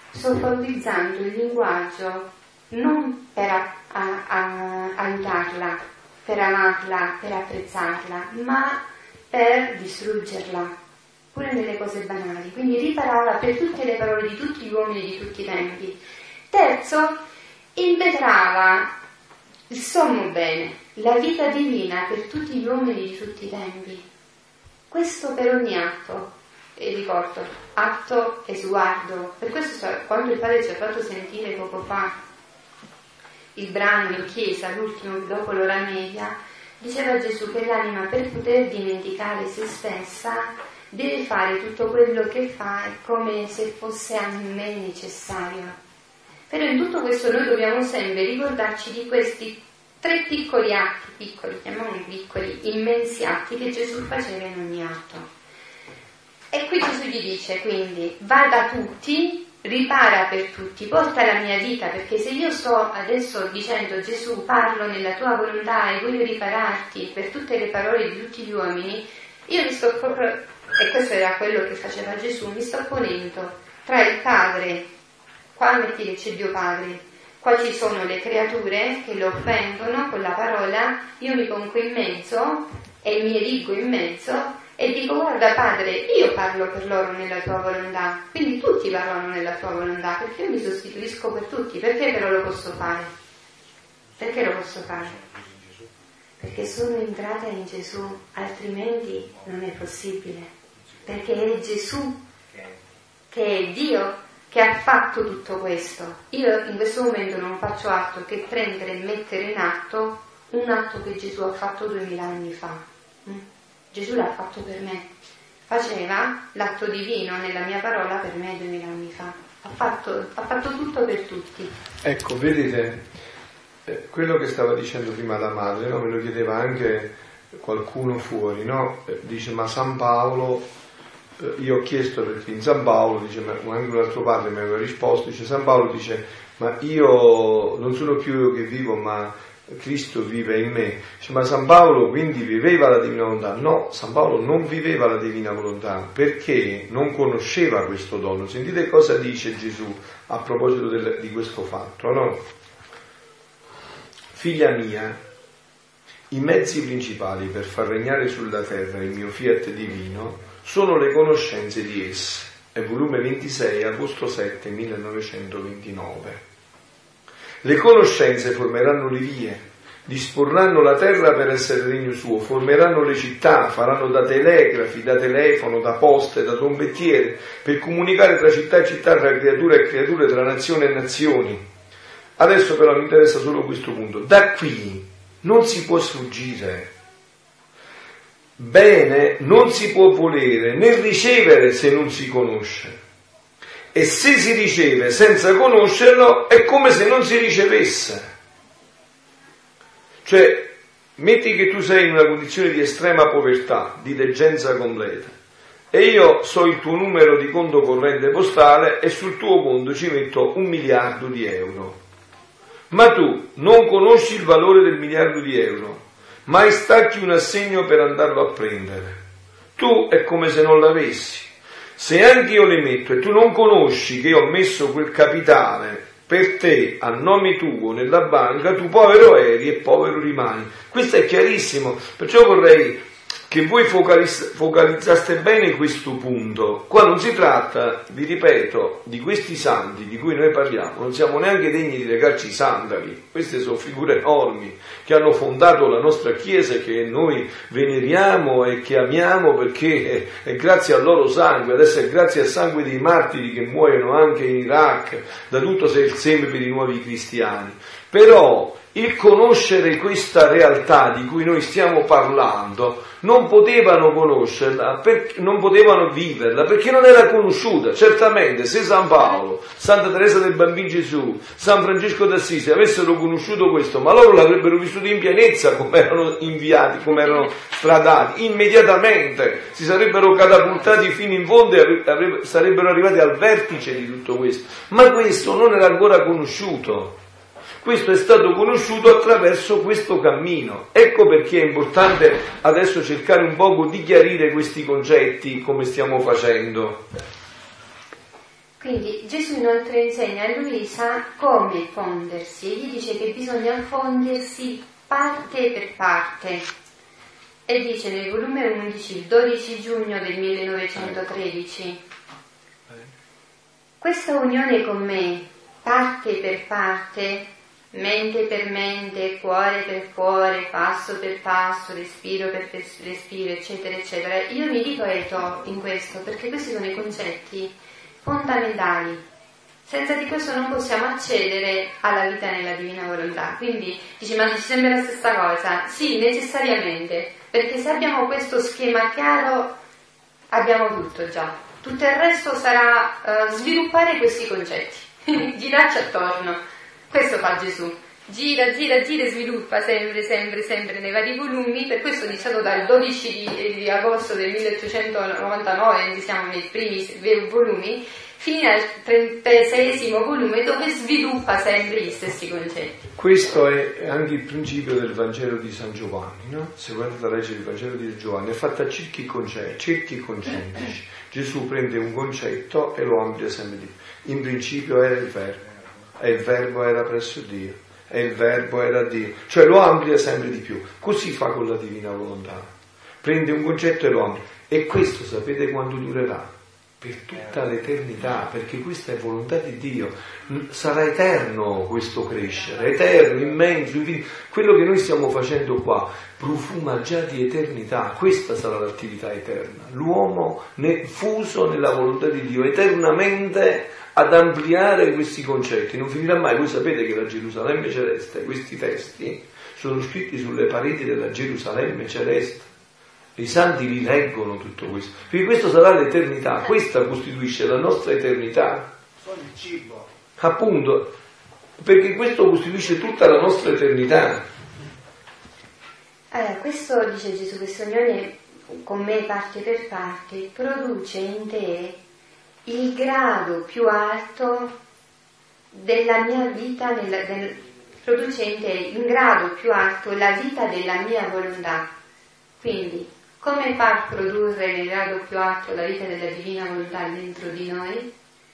sottovalutizzando il linguaggio non per a, a, a, aiutarla, per amarla, per apprezzarla, ma per distruggerla, pure nelle cose banali. Quindi riparava per tutte le parole di tutti gli uomini di tutti i tempi. Terzo, impetrava il sommo bene, la vita divina per tutti gli uomini di tutti i tempi. Questo per ogni atto, e ricordo, atto e sguardo. Per questo quando il Padre ci ha fatto sentire poco fa il brano in chiesa, l'ultimo dopo l'ora media, diceva Gesù che l'anima, per poter dimenticare se stessa, deve fare tutto quello che fa come se fosse a me necessario. Però in tutto questo noi dobbiamo sempre ricordarci di questi tre piccoli atti, piccoli, chiamiamoli piccoli, immensi atti che Gesù faceva in ogni atto. E qui Gesù gli dice quindi: va da tutti, ripara per tutti, porta la mia vita, perché se io sto adesso dicendo Gesù, parlo nella tua volontà e voglio ripararti per tutte le parole di tutti gli uomini, io mi sto proprio, e questo era quello che faceva Gesù, mi sto ponendo tra il Padre, qua metti che c'è Dio Padre, qua ci sono le creature che lo offendono con la parola, io mi pongo in mezzo e mi erigo in mezzo e dico: guarda Padre, io parlo per loro nella tua volontà, quindi tutti parlano nella tua volontà, perché io mi sostituisco per tutti. Perché però lo posso fare? Perché lo posso fare? Perché sono entrata in Gesù, altrimenti non è possibile, perché è Gesù che è Dio che ha fatto tutto questo. Io in questo momento non faccio altro che prendere e mettere in atto un atto che Gesù ha fatto duemila anni fa. Gesù l'ha fatto per me, faceva l'atto divino nella mia parola per me duemila anni fa, ha fatto, ha fatto tutto per tutti. Ecco, vedete, eh, quello che stava dicendo prima la madre, no? Me lo chiedeva anche qualcuno fuori, no? Eh, dice: ma San Paolo, eh, io ho chiesto perché in San Paolo, dice, ma anche un altro padre mi aveva risposto, dice: San Paolo dice, ma io non sono più io che vivo, ma Cristo vive in me. Dice: ma San Paolo quindi viveva la divina volontà? No, San Paolo non viveva la divina volontà perché non conosceva questo dono. Sentite cosa dice Gesù a proposito del, di questo fatto, no? Figlia mia, i mezzi principali per far regnare sulla terra il mio fiat divino sono le conoscenze di esse. È volume ventisei, agosto sette, millenovecentoventinove. Le conoscenze formeranno le vie, disporranno la terra per essere regno suo, formeranno le città, faranno da telegrafi, da telefono, da poste, da trombettiere, per comunicare tra città e città, tra creature e creature, tra nazioni e nazioni. Adesso però mi interessa solo questo punto. Da qui non si può sfuggire. Bene non si può volere né ricevere se non si conosce. E se si riceve senza conoscerlo è come se non si ricevesse. Cioè, metti che tu sei in una condizione di estrema povertà, di degenza completa, e io so il tuo numero di conto corrente postale e sul tuo conto ci metto un miliardo di euro. Ma tu non conosci il valore del miliardo di euro, mai stacchi un assegno per andarlo a prendere. Tu è come se non l'avessi. Se anche io le metto e tu non conosci che io ho messo quel capitale per te a nome tuo nella banca, tu povero eri e povero rimani. Questo è chiarissimo, perciò vorrei che voi focalizz- focalizzaste bene questo punto. Qua non si tratta, vi ripeto, di questi santi di cui noi parliamo, non siamo neanche degni di legarci i sandali. Queste sono figure enormi che hanno fondato la nostra Chiesa e che noi veneriamo e che amiamo, perché è, è grazie al loro sangue, adesso è grazie al sangue dei martiri che muoiono anche in Iraq, da tutto sei il seme per i nuovi cristiani. Però il conoscere questa realtà di cui noi stiamo parlando, non potevano conoscerla, per, non potevano viverla, perché non era conosciuta. Certamente se San Paolo, Santa Teresa del Bambino Gesù, San Francesco d'Assisi avessero conosciuto questo, ma loro l'avrebbero vissuto in pienezza, come erano inviati, come erano stradati, immediatamente si sarebbero catapultati fino in fondo e avrebbe, sarebbero arrivati al vertice di tutto questo. Ma questo non era ancora conosciuto. Questo è stato conosciuto attraverso questo cammino. Ecco perché è importante adesso cercare un poco di chiarire questi concetti come stiamo facendo. Quindi Gesù inoltre insegna a Luisa come fondersi, e gli dice che bisogna fondersi parte per parte, e dice nel volume undici, il dodici giugno del millenovecentotredici: questa unione con me, parte per parte, mente per mente, cuore per cuore, passo per passo, respiro per respiro, eccetera, eccetera, io mi ripeto in questo perché questi sono i concetti fondamentali. Senza di questo non possiamo accedere alla vita nella divina volontà. Quindi dici, ma ci sembra la stessa cosa? Sì, necessariamente, perché se abbiamo questo schema chiaro abbiamo tutto già. Tutto il resto sarà uh, sviluppare questi concetti, girarci attorno. Questo fa Gesù. Gira, gira, gira e sviluppa sempre, sempre, sempre nei vari volumi. Per questo iniziato dal dodici di, di agosto del milleottocentonovantanove, siamo nei primi volumi, fino al trentaseiesimo volume, dove sviluppa sempre gli stessi concetti. Questo è anche il principio del Vangelo di San Giovanni, no? Se guardate a leggere il Vangelo di Giovanni, è fatto a cerchi concetti, cerchi concentrici. Gesù prende un concetto e lo amplia sempre di più. In principio era il Verbo, e il Verbo era presso Dio, e il Verbo era Dio, cioè lo amplia sempre di più. Così fa con la divina volontà, prende un concetto e lo amplia, e questo sapete quanto durerà? Per tutta l'eternità, perché questa è volontà di Dio. Sarà eterno questo crescere, eterno, immenso, infinito. Quello che noi stiamo facendo qua profuma già di eternità. Questa sarà l'attività eterna, l'uomo fuso nella volontà di Dio eternamente ad ampliare questi concetti. Non finirà mai. Voi sapete che la Gerusalemme celeste, questi testi sono scritti sulle pareti della Gerusalemme celeste. I santi li leggono tutto questo, perché questo sarà l'eternità, questa costituisce la nostra eternità. Sono il cibo. Appunto, perché questo costituisce tutta la nostra eternità. Allora, questo dice Gesù, questa unione con me parte per parte produce in te il grado più alto della mia vita, nella, del, produce in te in grado più alto la vita della mia volontà. Quindi, come far produrre nel grado più alto la vita della divina volontà dentro di noi?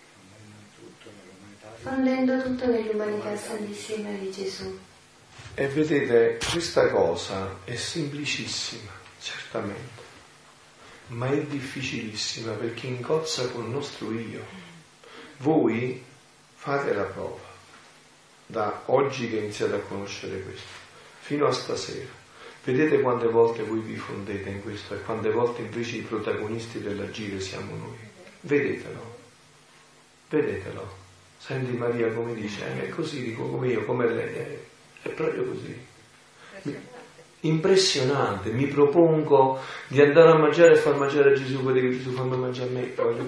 Fondendo tutto nell'umanità santissima di Gesù. E vedete, questa cosa è semplicissima, certamente, ma è difficilissima perché incozza col nostro io. Voi fate la prova, da oggi che iniziate a conoscere questo, fino a stasera. Vedete quante volte voi vi fondete in questo e quante volte invece i protagonisti dell'agire siamo noi. Vedetelo, vedetelo. Senti Maria come dice, eh, è così, dico come io, come lei, è, è proprio così. Impressionante, mi propongo di andare a mangiare e far mangiare a Gesù, quello che Gesù fammi mangiare a me, voglio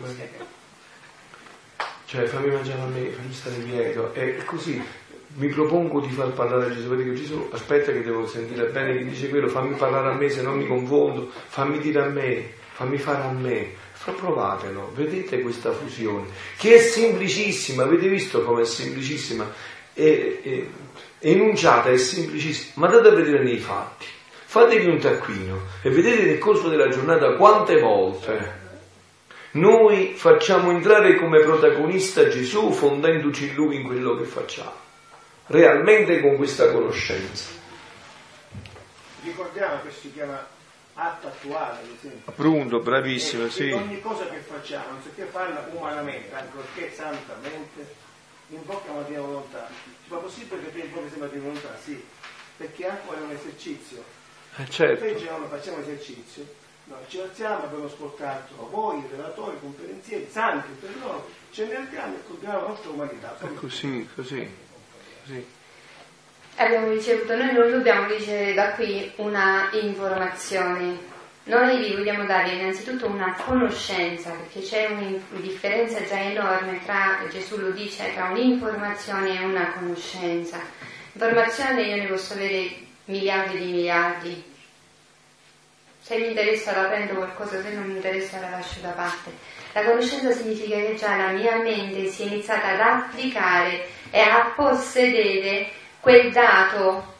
cioè fammi mangiare a me, fammi stare lieto, è così. Mi propongo di far parlare a Gesù, perché Gesù aspetta che devo sentire bene che dice quello, fammi parlare a me se non mi confondo, fammi dire a me, fammi fare a me. Provatelo, vedete questa fusione, che è semplicissima, avete visto come è semplicissima, è, è, è enunciata, è semplicissima, ma andate a vedere nei fatti, fatevi un taccuino e vedete nel corso della giornata quante volte noi facciamo entrare come protagonista Gesù fondendoci in Lui in quello che facciamo, realmente con questa conoscenza. Ricordiamo che si chiama atto attuale, ad esempio. Appunto, bravissimo, e, sì. Ogni cosa che facciamo, anziché farla umanamente, ancorché santamente, invochiamo la divina volontà. Ma possibile che tu invochi sempre la divina volontà? Sì, perché anche è un esercizio. Eh, certo. Noi diciamo, facciamo esercizio, noi ci alziamo, abbiamo ascoltato voi, i relatori, i conferenzieri, santi, per noi, ce ne andiamo e continuiamo la nostra umanità. È così, così, così. Abbiamo ricevuto, noi non dobbiamo ricevere da qui una informazione, noi vi vogliamo dare innanzitutto una conoscenza, perché c'è una differenza già enorme tra, Gesù lo dice, tra un'informazione e una conoscenza. Informazione io ne posso avere miliardi di miliardi, se mi interessa la prendo qualcosa, se non mi interessa la lascio da parte. La conoscenza significa che già la mia mente si è iniziata ad applicare e a possedere quel dato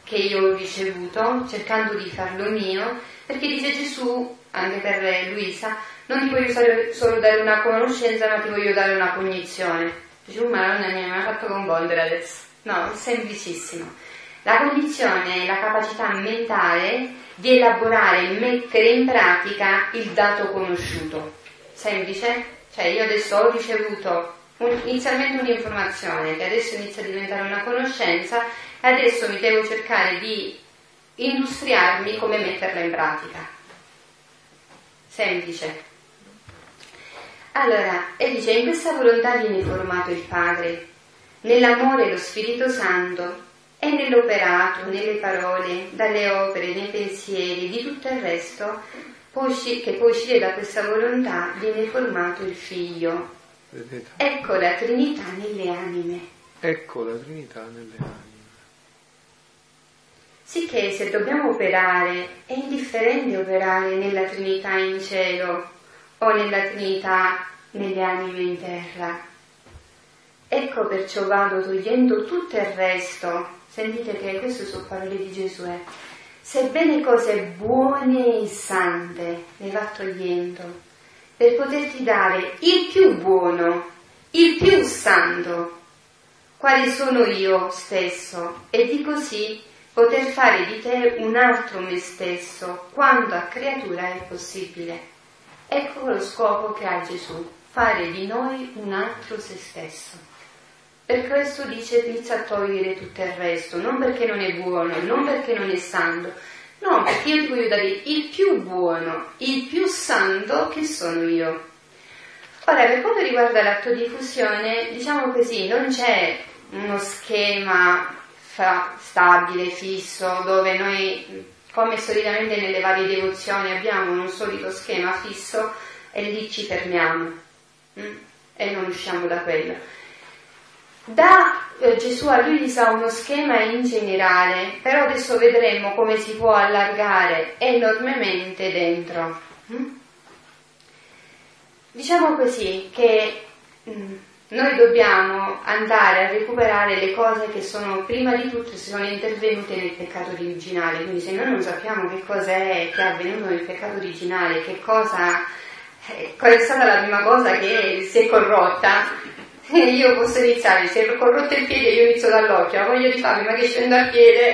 che io ho ricevuto, cercando di farlo mio, perché dice Gesù, anche per Luisa, non ti voglio solo dare una conoscenza, ma ti voglio dare una cognizione. Dice, oh, ma non mi ha fatto confondere adesso. No, è semplicissimo. La cognizione è la capacità mentale di elaborare e mettere in pratica il dato conosciuto. Semplice? Cioè io adesso ho ricevuto un, inizialmente un'informazione che adesso inizia a diventare una conoscenza e adesso mi devo cercare di industriarmi come metterla in pratica. Semplice. Allora, e dice, in questa volontà viene formato il Padre, nell'amore lo Spirito Santo e nell'operato, nelle parole, dalle opere, nei pensieri, di tutto il resto, che poi uscire da questa volontà viene formato il Figlio. Vedete? Ecco la Trinità nelle anime. Ecco la Trinità nelle anime. Sicché se dobbiamo operare, è indifferente operare nella Trinità in cielo o nella Trinità nelle anime in terra. Ecco perciò vado togliendo tutto il resto. Sentite che queste sono parole di Gesù. Eh. Sebbene cose buone e sante ne va togliendo, per poterti dare il più buono, il più santo, quale sono io stesso, e di così poter fare di te un altro me stesso, quando a creatura è possibile. Ecco lo scopo che ha Gesù, fare di noi un altro se stesso. Per questo dice inizia a togliere tutto il resto, non perché non è buono, non perché non è santo, no, perché io ti voglio dare il più buono, il più santo che sono io. Ora, per quanto riguarda l'atto di fusione, diciamo così, non c'è uno schema fa, stabile, fisso, dove noi, come solitamente nelle varie devozioni, abbiamo un solito schema fisso e lì ci fermiamo hm? e non usciamo da quello. Da eh, Gesù a Luisa uno schema in generale, però adesso vedremo come si può allargare enormemente dentro. Hm? Diciamo così che mh, noi dobbiamo andare a recuperare le cose che sono prima di tutto sono intervenute nel peccato originale, quindi se noi non sappiamo che cosa è che è avvenuto nel peccato originale, che cosa eh, qual è stata la prima cosa che si è corrotta, io posso iniziare, se ho corrotto il piede io inizio dall'occhio, la voglia di farmi, ma che scendo al piede,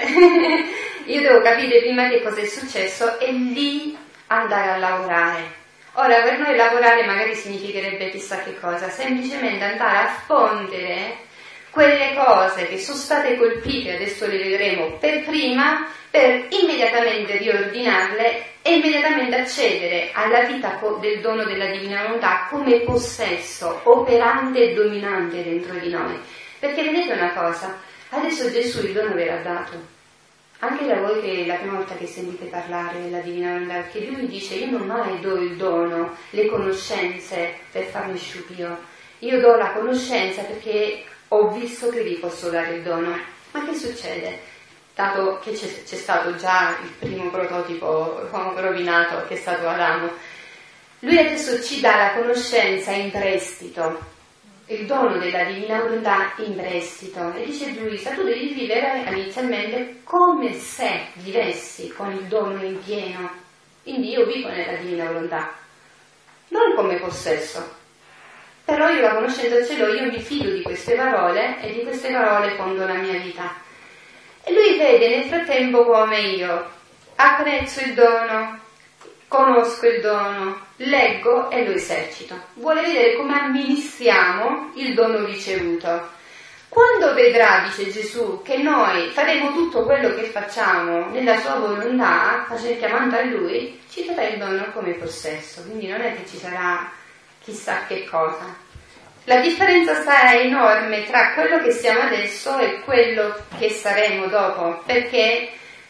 io devo capire prima che cosa è successo e lì andare a lavorare. Ora per noi lavorare magari significherebbe chissà che cosa, semplicemente andare a fondere quelle cose che sono state colpite, adesso le vedremo per prima, per immediatamente riordinarle e immediatamente accedere alla vita del dono della Divina Volontà come possesso, operante e dominante dentro di noi. Perché vedete una cosa, adesso Gesù il dono ve l'ha dato. Anche da voi che la prima volta che sentite parlare della Divina Volontà, che Lui dice io non mai do il dono, le conoscenze per farmi sciupio, io do la conoscenza perché ho visto che vi posso dare il dono. Ma che succede? Dato che c'è, c'è stato già il primo prototipo rovinato che è stato Adamo, Lui adesso ci dà la conoscenza in prestito, il dono della Divina Volontà in prestito, e dice Luisa, tu devi vivere inizialmente come se vivessi con il dono in pieno, quindi io vivo nella Divina Volontà, non come possesso, però io la conoscenza ce l'ho, io mi fido di queste parole e di queste parole fondo la mia vita. E lui vede nel frattempo come io apprezzo il dono, conosco il dono, leggo e lo esercito. Vuole vedere come amministriamo il dono ricevuto. Quando vedrà, dice Gesù, che noi faremo tutto quello che facciamo nella sua volontà, chiamando a Lui, ci darà il dono come possesso. Quindi non è che ci sarà chissà che cosa. La differenza sarà enorme tra quello che siamo adesso e quello che saremo dopo, perché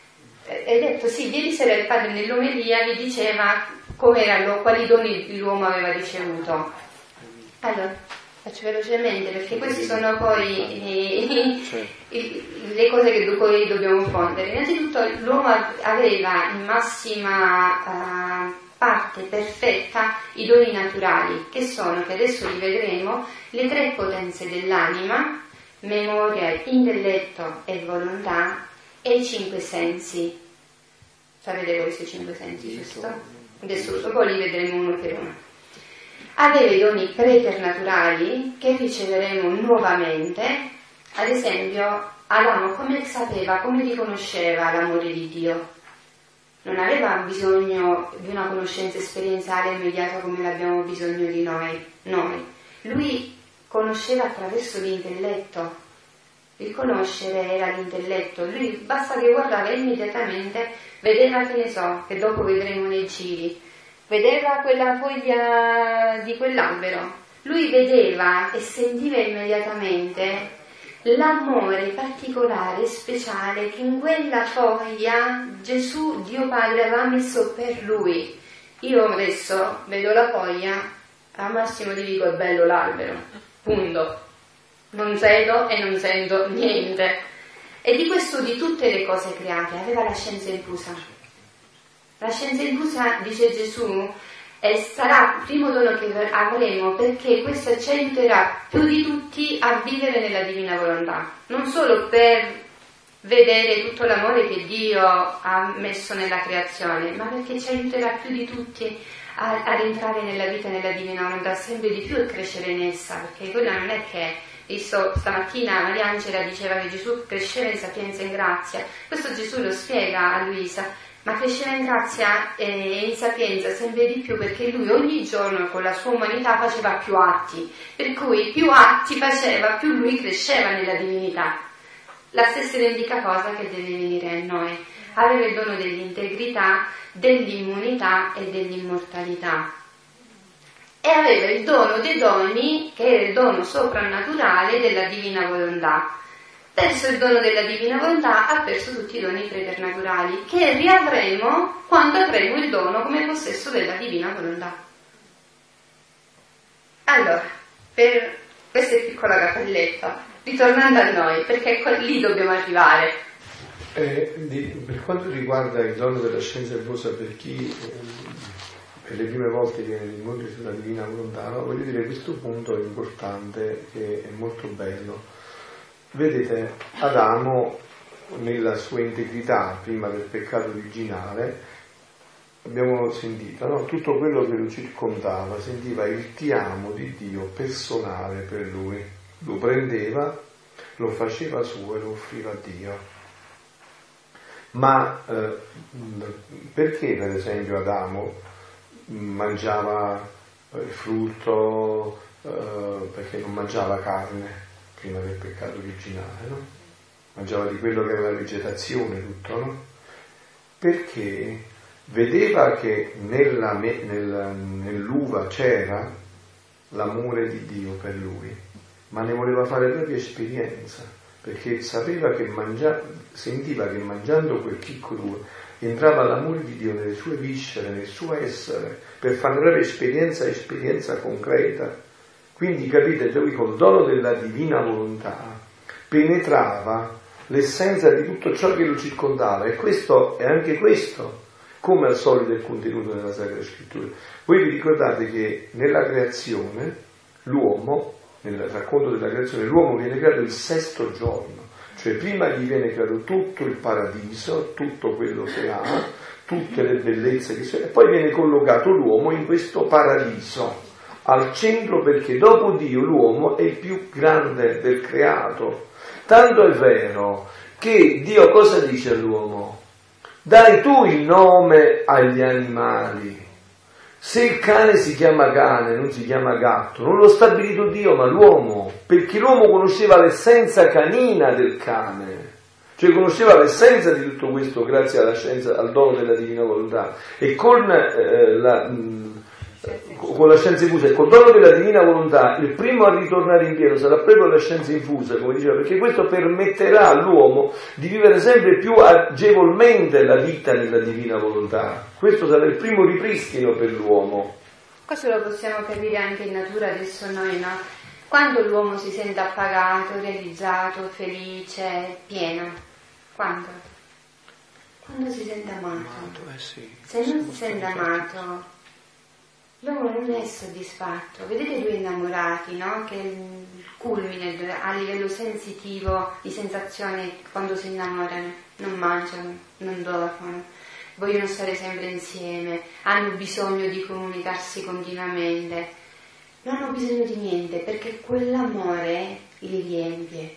è detto, sì, ieri sera il padre nell'omelia vi diceva com'erano, quali doni l'uomo aveva ricevuto. Allora, faccio velocemente perché queste sono poi i, i, le cose che poi dobbiamo fondere. Innanzitutto l'uomo aveva in massima uh, parte perfetta i doni naturali, che sono, che adesso li vedremo, le tre potenze dell'anima, memoria, intelletto e volontà, e i cinque sensi. Sapete questi cinque sensi, giusto? Adesso dopo li vedremo uno per uno. Aveva i doni preternaturali che riceveremo nuovamente. Ad esempio, Adamo come sapeva, come riconosceva l'amore di Dio? Non aveva bisogno di una conoscenza esperienziale immediata come l'abbiamo bisogno di noi. noi. Lui conosceva attraverso l'intelletto. Il conoscere era l'intelletto. Lui basta che guardava immediatamente, vedeva, che ne so, che dopo vedremo nei giri, vedeva quella foglia di quell'albero. Lui vedeva e sentiva immediatamente l'amore particolare, speciale, che in quella foglia Gesù, Dio Padre, aveva messo per lui. Io adesso vedo la foglia, al massimo ti dico è bello l'albero, punto. Non vedo e non sento niente. E di questo, di tutte le cose create, aveva la scienza infusa. La scienza infusa, dice Gesù, e sarà il primo dono che avremo, perché questo ci aiuterà più di tutti a vivere nella divina volontà, non solo per vedere tutto l'amore che Dio ha messo nella creazione, ma perché ci aiuterà più di tutti a, ad entrare nella vita, nella divina volontà, sempre di più e crescere in essa, perché quella non è che, visto stamattina Mariangela diceva che Gesù cresceva in sapienza e in grazia, questo Gesù lo spiega a Luisa, ma cresceva in grazia e in sapienza sempre di più, perché lui ogni giorno con la sua umanità faceva più atti, per cui più atti faceva, più lui cresceva nella divinità. La stessa identica cosa che deve venire a noi. Aveva il dono dell'integrità, dell'immunità e dell'immortalità. E aveva il dono dei doni, che era il dono soprannaturale della divina volontà. Perso il dono della divina volontà, ha perso tutti i doni preternaturali, che riavremo quando avremo il dono come possesso della divina volontà. Allora, per questa è piccola cappelletta, ritornando a noi, perché lì dobbiamo arrivare. Eh, di, per quanto riguarda il dono della scienza infusa, per chi eh, per le prime volte viene incontro sulla divina volontà, no? Voglio dire, questo punto è importante, che è molto bello. Vedete, Adamo nella sua integrità prima del peccato originale, abbiamo sentito, no? Tutto quello che lo circondava, sentiva il ti amo di Dio personale per lui, lo prendeva, lo faceva suo e lo offriva a Dio. Ma eh, perché per esempio Adamo mangiava il frutto, eh, perché non mangiava carne prima del peccato originale, no? Mangiava di quello che era la vegetazione, tutto, no? Perché vedeva che nella, nella, nell'uva c'era l'amore di Dio per lui, ma ne voleva fare proprio esperienza, perché sapeva che mangia, sentiva che mangiando quel chicco d'uva entrava l'amore di Dio nelle sue viscere, nel suo essere, per fare proprio esperienza, esperienza concreta. Quindi capite, lui col dono della divina volontà penetrava l'essenza di tutto ciò che lo circondava, e questo è anche questo, come al solito, il contenuto della Sacra Scrittura. Voi vi ricordate che nella creazione l'uomo, nel racconto della creazione, l'uomo viene creato il sesto giorno, cioè prima gli viene creato tutto il paradiso, tutto quello che ha, tutte le bellezze che sono, e poi viene collocato l'uomo in questo paradiso al centro, perché dopo Dio l'uomo è il più grande del creato. Tanto è vero che Dio cosa dice all'uomo? Dai tu il nome agli animali. Se il cane si chiama cane, non si chiama gatto, non l'ho stabilito Dio ma l'uomo, perché l'uomo conosceva l'essenza canina del cane, cioè conosceva l'essenza di tutto questo grazie alla scienza, al dono della divina volontà, e con eh, la... Mh, con la scienza infusa e col dono della divina volontà il primo a ritornare in pieno sarà proprio la scienza infusa, come diceva, perché questo permetterà all'uomo di vivere sempre più agevolmente la vita nella divina volontà. Questo sarà il primo ripristino per l'uomo. Questo lo possiamo capire anche in natura adesso noi, no? Quando l'uomo si sente appagato, realizzato, felice, pieno? Quando? Quando si sente amato. amato eh sì. Se non si sente amato, l'uomo non è soddisfatto. Vedete due innamorati, no? Che è il culmine a livello sensitivo di sensazione quando si innamorano, non mangiano, non dormono, vogliono stare sempre insieme, hanno bisogno di comunicarsi continuamente, non hanno bisogno di niente perché quell'amore li riempie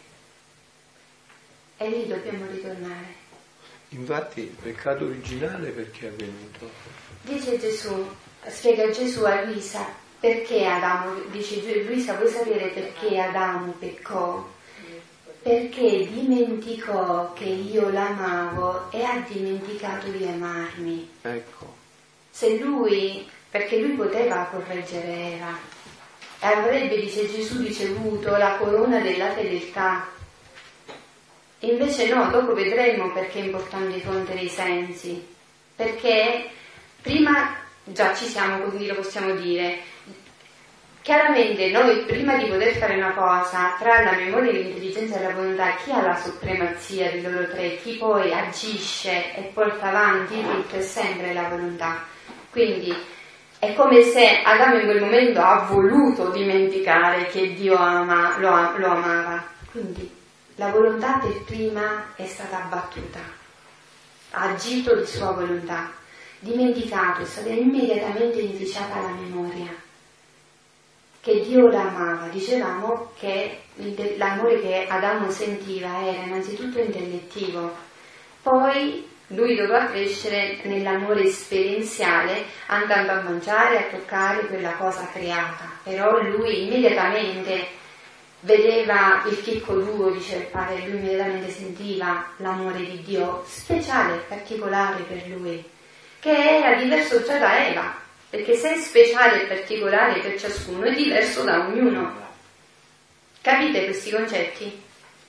e lì dobbiamo ritornare. Infatti il peccato originale perché è avvenuto? Dice Gesù, spiega Gesù a Luisa perché Adamo, dice Luisa, vuoi sapere perché Adamo peccò? Perché dimenticò che io l'amavo e ha dimenticato di amarmi. Ecco. Se lui, perché lui poteva correggere Eva e avrebbe, dice Gesù, ricevuto la corona della fedeltà. Invece no, dopo vedremo perché è importante fondere i sensi, perché prima già ci siamo, quindi lo possiamo dire. Chiaramente noi prima di poter fare una cosa, tra la memoria, l'intelligenza e la volontà, chi ha la supremazia di loro tre, chi poi agisce e porta avanti tutto è sempre la volontà. Quindi è come se Adamo in quel momento ha voluto dimenticare che Dio ama, lo, lo amava. Quindi la volontà per prima è stata abbattuta, ha agito di sua volontà, dimenticato, è stata immediatamente inficiata la memoria che Dio la amava. Dicevamo che l'amore che Adamo sentiva era innanzitutto intellettivo, poi lui doveva crescere nell'amore esperienziale andando a mangiare, a toccare quella cosa creata, però lui immediatamente vedeva il chicco duro, dice il padre, lui immediatamente sentiva l'amore di Dio speciale, particolare per lui, che era diverso già da Eva, perché se è speciale e particolare per ciascuno è diverso da ognuno. Capite questi concetti?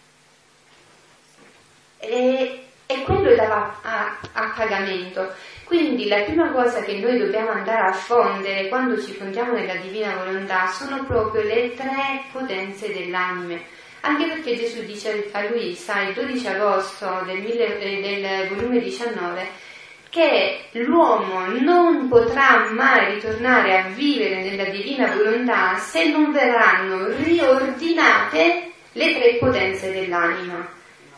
E, e quello dava a, a pagamento. Quindi la prima cosa che noi dobbiamo andare a fondere quando ci fondiamo nella divina volontà sono proprio le tre potenze dell'anime. Anche perché Gesù dice a Luisa il dodici agosto del, mille, del volume diciannove che l'uomo non potrà mai ritornare a vivere nella divina volontà se non verranno riordinate le tre potenze dell'anima.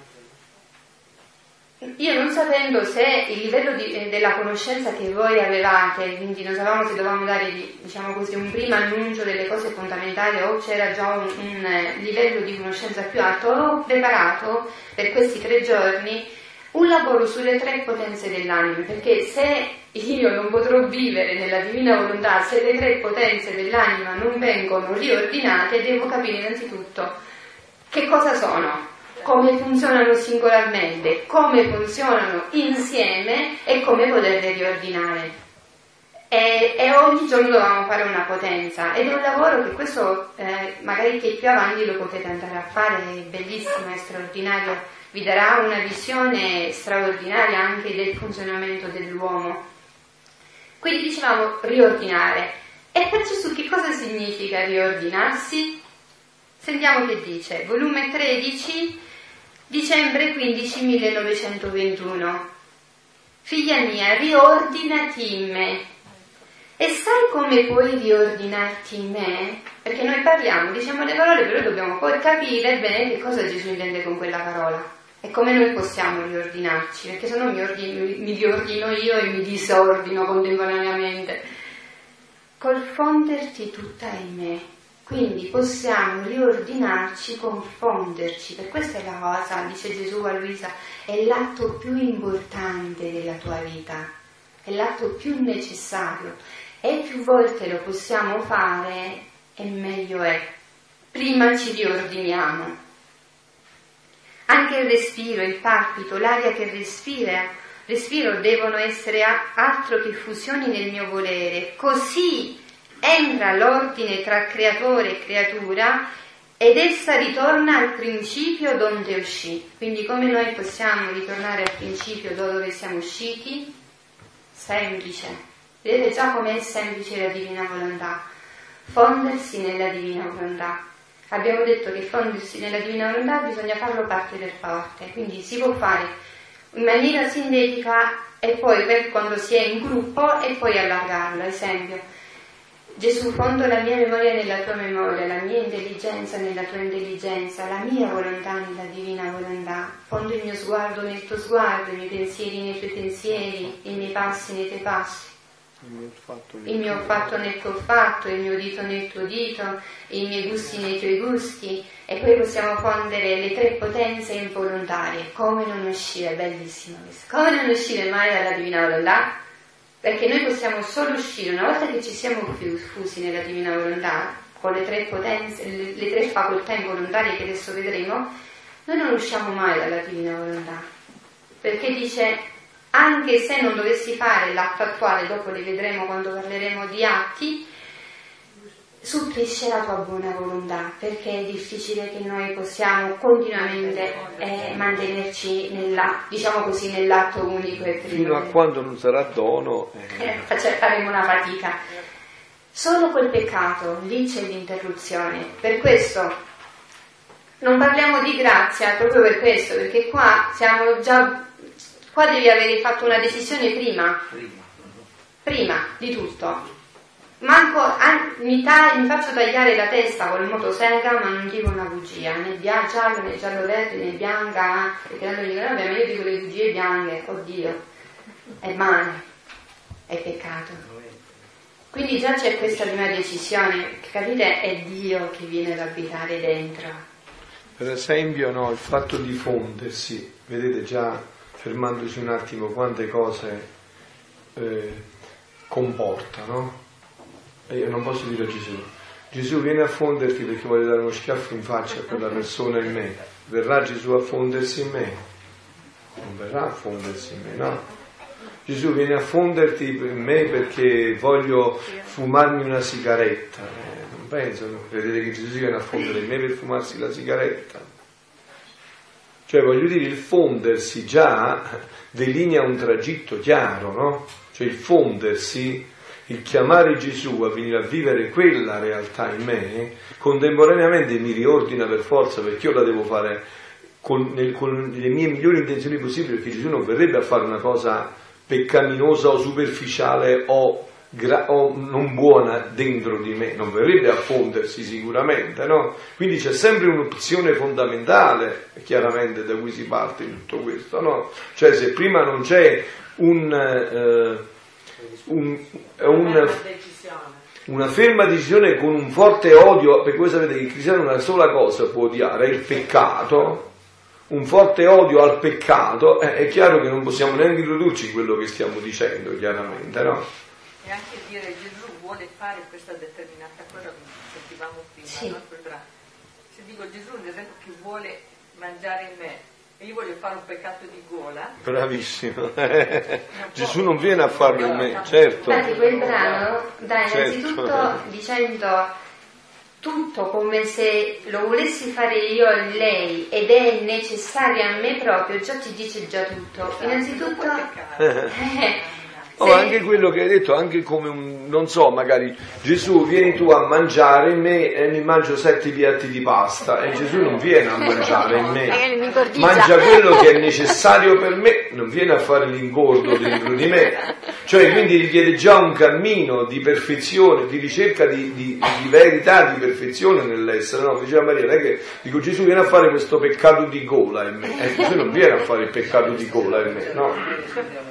Io non sapendo se il livello di, eh, della conoscenza che voi avevate, quindi non sapevamo se dovevamo dare, diciamo così, un primo annuncio delle cose fondamentali o c'era già un, un eh, livello di conoscenza più alto, ho preparato per questi tre giorni un lavoro sulle tre potenze dell'anima, perché se io non potrò vivere nella divina volontà, se le tre potenze dell'anima non vengono riordinate, devo capire innanzitutto che cosa sono, come funzionano singolarmente, come funzionano insieme e come poterle riordinare. E, e ogni giorno dovevamo fare una potenza ed è un lavoro che questo eh, magari che più avanti lo potete andare a fare, è bellissimo, è straordinario, vi darà una visione straordinaria anche del funzionamento dell'uomo. Quindi dicevamo riordinare. E per Gesù che cosa significa riordinarsi? Sentiamo che dice, volume tredici, dicembre quindici millenovecentoventuno. Figlia mia, riordinati in me. E sai come puoi riordinarti in me? Perché noi parliamo, diciamo le parole, però dobbiamo poi capire bene che cosa Gesù intende con quella parola e come noi possiamo riordinarci, perché se no mi, ordino, mi riordino io e mi disordino contemporaneamente. Col fonderti tutta in me, quindi possiamo riordinarci con fonderci, per questa è la cosa, dice Gesù a Luisa, è l'atto più importante della tua vita, è l'atto più necessario. E più volte lo possiamo fare e meglio è. Prima ci riordiniamo. Anche il respiro, il palpito, l'aria che respira, respiro devono essere altro che fusioni nel mio volere. Così entra l'ordine tra creatore e creatura ed essa ritorna al principio donde uscì. Quindi come noi possiamo ritornare al principio da dove siamo usciti? Semplice. Vedete già com'è semplice la divina volontà, fondersi nella divina volontà. Abbiamo detto che fondersi nella divina volontà bisogna farlo parte per parte, quindi si può fare in maniera sintetica e poi per quando si è in gruppo e poi allargarlo. Esempio, Gesù, fondo la mia memoria nella tua memoria, la mia intelligenza nella tua intelligenza, la mia volontà nella divina volontà, fondo il mio sguardo nel tuo sguardo, i miei pensieri nei tuoi pensieri, i miei passi nei tuoi passi, il mio fatto nel tuo fatto, il mio udito nel tuo udito, i miei gusti nei tuoi gusti, e poi possiamo fondere le tre potenze involontarie. Come non uscire, bellissimo questo, come non uscire mai dalla divina volontà? Perché noi possiamo solo uscire una volta che ci siamo fusi nella divina volontà, con le tre potenze, le, le tre facoltà involontarie che adesso vedremo, noi non usciamo mai dalla divina volontà. Perché dice, anche se non dovessi fare l'atto attuale, dopo le vedremo quando parleremo di atti, supplisce la tua buona volontà, perché è difficile che noi possiamo continuamente eh, mantenerci nella, diciamo così, nell'atto unico e primo. Fino a quando non sarà dono eh. eh, faremo una fatica. Solo quel peccato, lì c'è l'interruzione. Per questo non parliamo di grazia, proprio per questo, perché qua siamo già, qua devi aver fatto una decisione prima, prima di tutto. Manco, an, mi, tag, mi faccio tagliare la testa col motosega, ma non dico una bugia, né giallo, né giallo verde, né bianca, perché allora dicono, vabbè, ma io dico le bugie bianche, oddio, è male, è peccato. Quindi già c'è questa prima decisione, capite? È Dio che viene ad abitare dentro. Per esempio, no, il fatto di fondersi, vedete già, fermandosi un attimo, quante cose eh, comporta, no? E io non posso dire a Gesù, Gesù viene a fonderti perché vuole dare uno schiaffo in faccia a quella persona in me. Verrà Gesù a fondersi in me? Non verrà a fondersi in me, no? Gesù viene a fonderti in me perché voglio fumarmi una sigaretta. Eh, non penso, no? Vedete che Gesù viene a fondere in me per fumarsi la sigaretta. Cioè, voglio dire, il fondersi già delinea un tragitto chiaro, no? Cioè il fondersi, il chiamare Gesù a venire a vivere quella realtà in me, contemporaneamente mi riordina per forza, perché io la devo fare con, nel, con le mie migliori intenzioni possibili, perché Gesù non verrebbe a fare una cosa peccaminosa o superficiale o, gra- o non buona dentro di me, non verrebbe a fondersi sicuramente, no? Quindi c'è sempre un'opzione fondamentale, chiaramente, da cui si parte in tutto questo, no? Cioè se prima non c'è un... Eh, Un, un, una ferma decisione con un forte odio, perché voi sapete che il cristiano una sola cosa può odiare, è il peccato, un forte odio al peccato, eh, è chiaro che non possiamo neanche introdurci in quello che stiamo dicendo, chiaramente, no? E anche dire Gesù vuole fare questa determinata cosa, come sentivamo prima, sì. No? Se dico Gesù, ad esempio, che vuole mangiare in me, e io voglio fare un peccato di gola. Bravissimo. Gesù non viene a farlo in me, certo. Infatti quel brano dà innanzitutto certo. dicendo tutto come se lo volessi fare io a lei ed è necessario a me proprio, già ti dice già tutto. Innanzitutto eh, Oh, anche quello che hai detto, anche come un, non so, magari Gesù vieni tu a mangiare in me e mi mangio sette piatti di pasta, e Gesù non viene a mangiare in me, mangia quello che è necessario per me, non viene a fare l'ingordo dentro di me, cioè quindi richiede già un cammino di perfezione, di ricerca di, di, di verità, di perfezione nell'essere, no? Diceva Maria, non è che dico Gesù viene a fare questo peccato di gola in me, e Gesù non viene a fare il peccato di gola in me, no?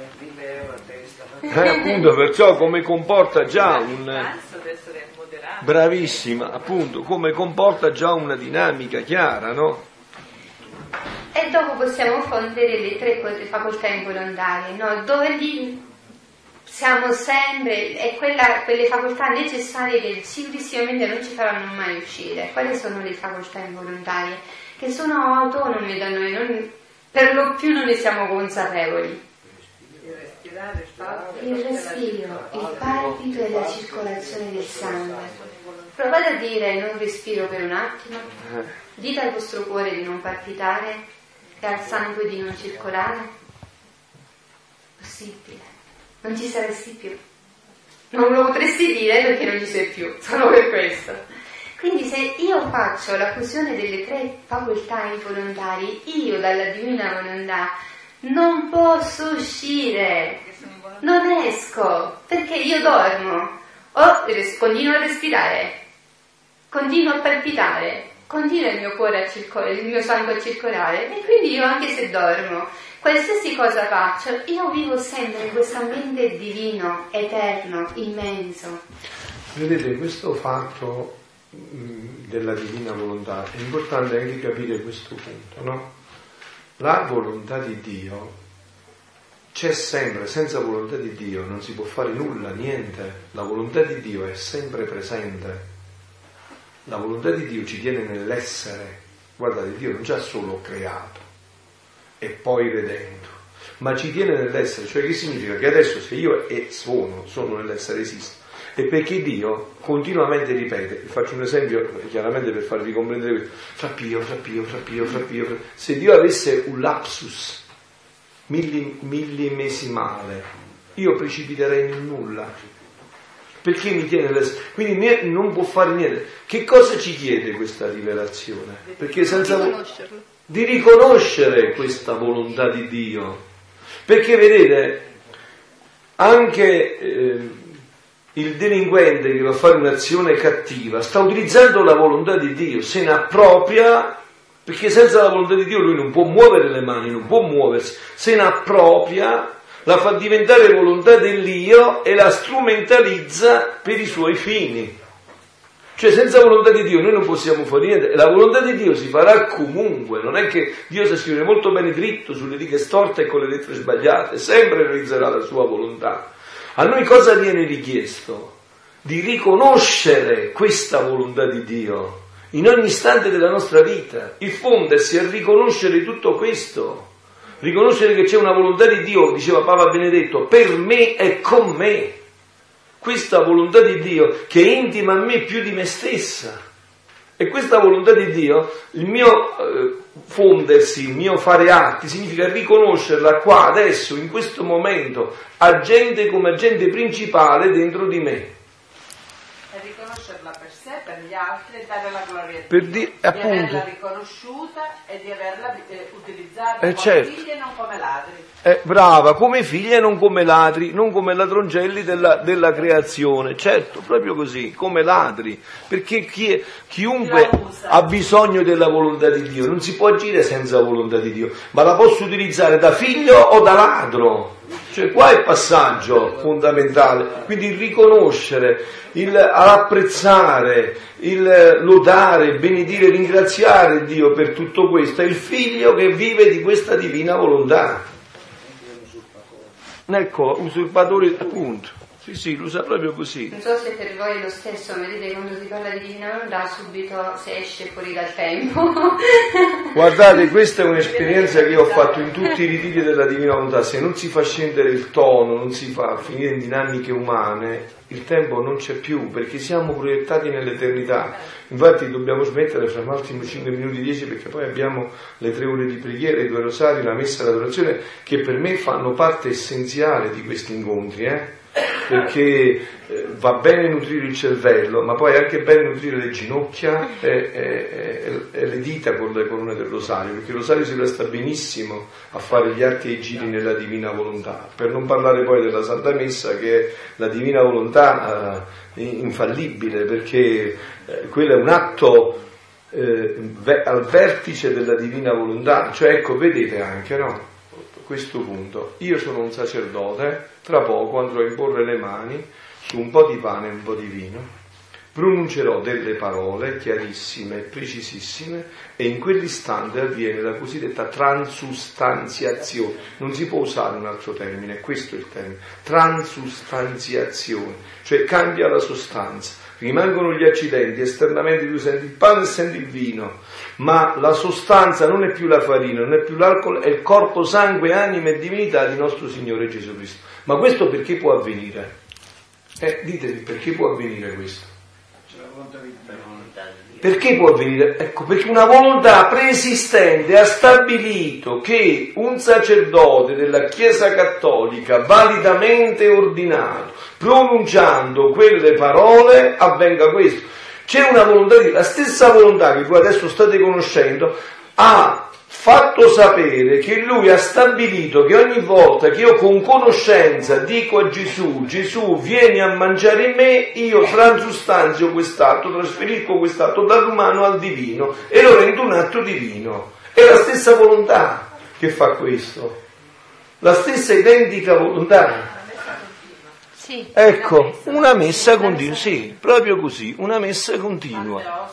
Eh, appunto, perciò come comporta già un bravissima, appunto, come comporta già una dinamica chiara, no? E dopo possiamo fondere le tre facoltà involontarie, no? Dove lì siamo sempre, è quella, quelle facoltà necessarie che sicuramente non ci faranno mai uscire. Quali sono le facoltà involontarie? Che sono autonome da noi, non, per lo più non ne siamo consapevoli. Il respiro, il palpito e la circolazione del sangue. Provate a dire non respiro per un attimo, dite al vostro cuore di non palpitare e al sangue di non circolare. Possibile, non ci saresti più, non lo potresti dire perché non ci sei più, solo per questo. Quindi se io faccio la fusione delle tre facoltà involontarie, io dalla divina volontà non posso uscire, non esco, perché io dormo. o res- continuo a respirare, continuo a palpitare, continua il mio cuore a circolare, il mio sangue a circolare, e quindi io anche se dormo, qualsiasi cosa faccio, io vivo sempre in questo ambiente divino, eterno, immenso. Vedete, questo fatto mh, della divina volontà è importante anche capire questo punto, no? La volontà di Dio c'è sempre, senza volontà di Dio non si può fare nulla, niente. La volontà di Dio è sempre presente. La volontà di Dio ci tiene nell'essere. Guardate, Dio non ci ha solo creato e poi redento, ma ci tiene nell'essere. Cioè, che significa? Che adesso se io e sono, sono nell'essere, esisto. E perché Dio continuamente ripete, vi faccio un esempio chiaramente per farvi comprendere questo, fra Pio, fra Pio, fra Pio, fra Pio, fra... se Dio avesse un lapsus milli, millimesimale, io precipiterei nel nulla, perché mi tiene nell'essere, quindi non può fare niente. Che cosa ci chiede questa rivelazione? Perché senza riconoscerlo. Di riconoscere questa volontà di Dio, perché vedete anche eh, il delinquente che va a fare un'azione cattiva sta utilizzando la volontà di Dio, se ne appropria, perché senza la volontà di Dio lui non può muovere le mani, non può muoversi, se ne appropria, la fa diventare volontà dell'io e la strumentalizza per i suoi fini. Cioè, senza volontà di Dio noi non possiamo fare niente, e la volontà di Dio si farà comunque. Non è che Dio sa scrivere molto bene dritto sulle righe storte e con le lettere sbagliate, sempre realizzerà la sua volontà. A noi cosa viene richiesto? Di riconoscere questa volontà di Dio in ogni istante della nostra vita, il fondersi a riconoscere tutto questo, riconoscere che c'è una volontà di Dio, diceva Papa Benedetto, per me e con me. Questa volontà di Dio che è intima a me più di me stessa. E questa volontà di Dio, il mio eh, fondersi, il mio fare atti, significa riconoscerla qua, adesso, in questo momento, agente come agente principale dentro di me. E riconoscerla per sé, per gli altri, e dare la gloria a Dio. Per di, appunto, di averla riconosciuta e di averla eh, utilizzata eh, come certo. figli e non come ladri. Eh, brava, come figli e non come ladri, non come ladrongelli della, della creazione, certo, proprio così, come ladri, perché chi è, chiunque ha bisogno della volontà di Dio, non si può agire senza volontà di Dio, ma la posso utilizzare da figlio o da ladro, cioè qua è il passaggio fondamentale, quindi il riconoscere, il apprezzare, il lodare, benedire, ringraziare Dio per tutto questo, è il figlio che vive di questa divina volontà. Ecco, usurpatori, appunto. Sì, sì, lo usa proprio così. Non so se per voi è lo stesso, ma vedete quando si parla di divina volontà subito si esce fuori dal tempo. Guardate, questa è un'esperienza che io ho fatto in tutti i ritiri della divina volontà. Se non si fa scendere il tono, non si fa finire in dinamiche umane, il tempo non c'è più, perché siamo proiettati nell'eternità. Infatti dobbiamo smettere fra massimo cinque minuti, dieci, perché poi abbiamo le tre ore di preghiera, i due rosari, la messa e l'adorazione, che per me fanno parte essenziale di questi incontri, eh? Perché eh, va bene nutrire il cervello, ma poi è anche bene nutrire le ginocchia e, e, e, e le dita con le colonne del rosario, perché il rosario si presta benissimo a fare gli archi e i giri nella divina volontà, per non parlare poi della Santa Messa, che è la divina volontà eh, infallibile, perché eh, quello è un atto eh, ve- al vertice della divina volontà. Cioè, ecco, vedete anche, no? Questo punto, io sono un sacerdote, tra poco andrò a imporre le mani su un po' di pane e un po' di vino, pronuncerò delle parole chiarissime e precisissime e in quell'istante avviene la cosiddetta transustanziazione. Non si può usare un altro termine, questo è il termine, transustanziazione, cioè cambia la sostanza. Rimangono gli accidenti, esternamente tu senti il pane e senti il vino, ma la sostanza non è più la farina, non è più l'alcol, è il corpo, sangue, anima e divinità di nostro Signore Gesù Cristo. Ma questo perché può avvenire? Eh, ditemi, perché può avvenire questo? Perché può avvenire? Ecco, perché una volontà preesistente ha stabilito che un sacerdote della Chiesa Cattolica, validamente ordinato, pronunciando quelle parole, avvenga questo. C'è una volontà di la stessa volontà che voi adesso state conoscendo, ha fatto sapere che lui ha stabilito che ogni volta che io con conoscenza dico a Gesù, Gesù vieni a mangiare in me, io transustanzio quest'atto, trasferisco quest'atto dall'umano al divino e lo rendo un atto divino. È la stessa volontà che fa questo, la stessa identica volontà. Sì, Ecco, una messa continua, sì, proprio così, una messa continua.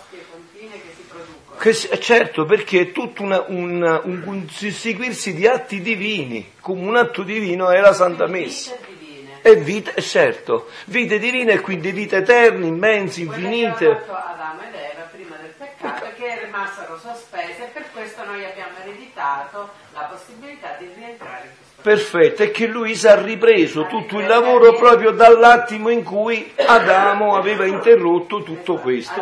Che, certo, perché è tutto una, una, un, un susseguirsi di atti divini, come un atto divino è la Santa Messa. È vita, certo, vite divine e quindi vite eterne, immense, infinite. Quello che ha fatto Adamo ed Eva prima del peccato, che rimasero sospese, e per questo noi abbiamo ereditato la possibilità di rientrare in questo. Perfetto, è che lui si è ripreso tutto il lavoro proprio dall'attimo in cui Adamo aveva interrotto tutto questo.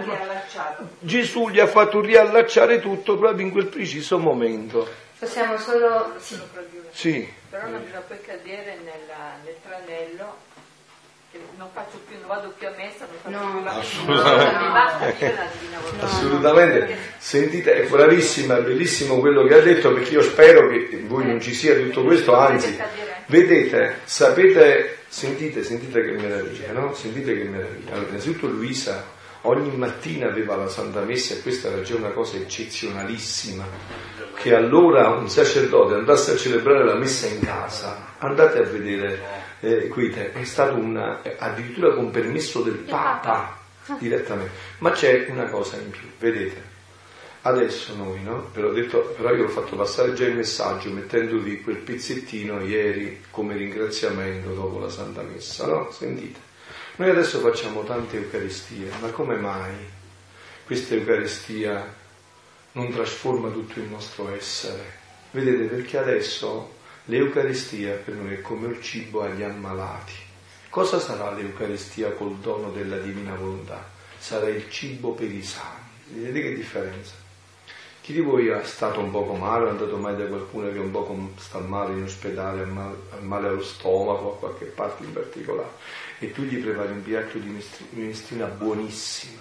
Gesù gli ha fatto riallacciare tutto proprio in quel preciso momento. Possiamo solo... Sì. Sì. Però non bisogna poi cadere nella, nel tranello, che non faccio più, non vado più a messa, non faccio No, più la assolutamente. no. Assolutamente. Sentite, è bravissima, è bellissimo quello che ha detto, perché io spero che voi non ci sia tutto questo, anzi, vedete, sapete, sentite, sentite che meraviglia, no? Sentite che meraviglia. Allora, innanzitutto Luisa ogni mattina aveva la Santa Messa, e questa era già una cosa eccezionalissima, che allora un sacerdote andasse a celebrare la messa in casa. Andate a vedere, eh, qui è stato una, addirittura con permesso del Papa direttamente. Ma c'è una cosa in più, vedete, adesso noi, no? Ve l'ho detto, però io ho fatto passare già il messaggio mettendovi quel pezzettino ieri come ringraziamento dopo la Santa Messa, no? Sentite. Noi adesso facciamo tante Eucaristie, ma come mai questa Eucaristia non trasforma tutto il nostro essere? Vedete, perché adesso l'Eucaristia per noi è come il cibo agli ammalati. Cosa sarà l'Eucaristia col dono della Divina Volontà? Sarà il cibo per i sani. Vedete che differenza? Chi di voi è stato un poco male, è andato mai da qualcuno che un po' sta male in ospedale, ha male, ha male allo stomaco, a qualche parte in particolare, e tu gli prepari un piatto di minestrina buonissima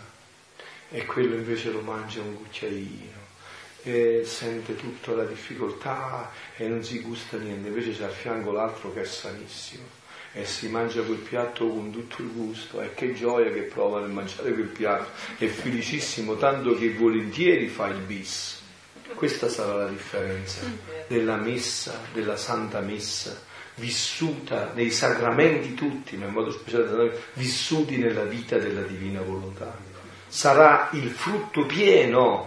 e quello invece lo mangia un cucchiaino e sente tutta la difficoltà e non si gusta niente, invece c'è al fianco l'altro che è sanissimo e si mangia quel piatto con tutto il gusto, e che gioia che prova nel mangiare quel piatto, è felicissimo, tanto che volentieri fa il bis. Questa sarà la differenza della messa, della Santa Messa, vissuta nei sacramenti tutti, ma in modo speciale vissuti nella vita della Divina Volontà. Sarà il frutto pieno,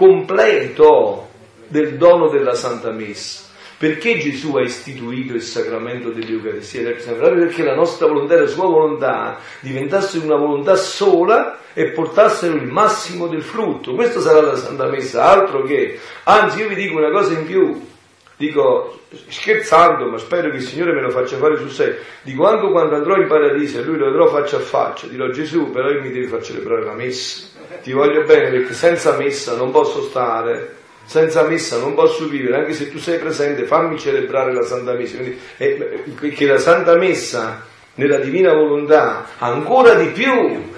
completo del dono della Santa Messa. Perché Gesù ha istituito il sacramento dell'Eucaristia? Proprio perché la nostra volontà e la sua volontà diventassero una volontà sola e portassero il massimo del frutto. Questo sarà la Santa Messa, altro che... Anzi, io vi dico una cosa in più, dico scherzando, ma spero che il Signore me lo faccia fare sul serio. Dico, anche quando andrò in paradiso e Lui lo vedrò faccia a faccia, dirò: Gesù, però io mi devi far celebrare la Messa. Ti voglio bene, perché senza Messa non posso stare. Senza messa non posso vivere, anche se tu sei presente, fammi celebrare la Santa Messa. Quindi, eh, che la Santa Messa nella Divina Volontà ancora di più,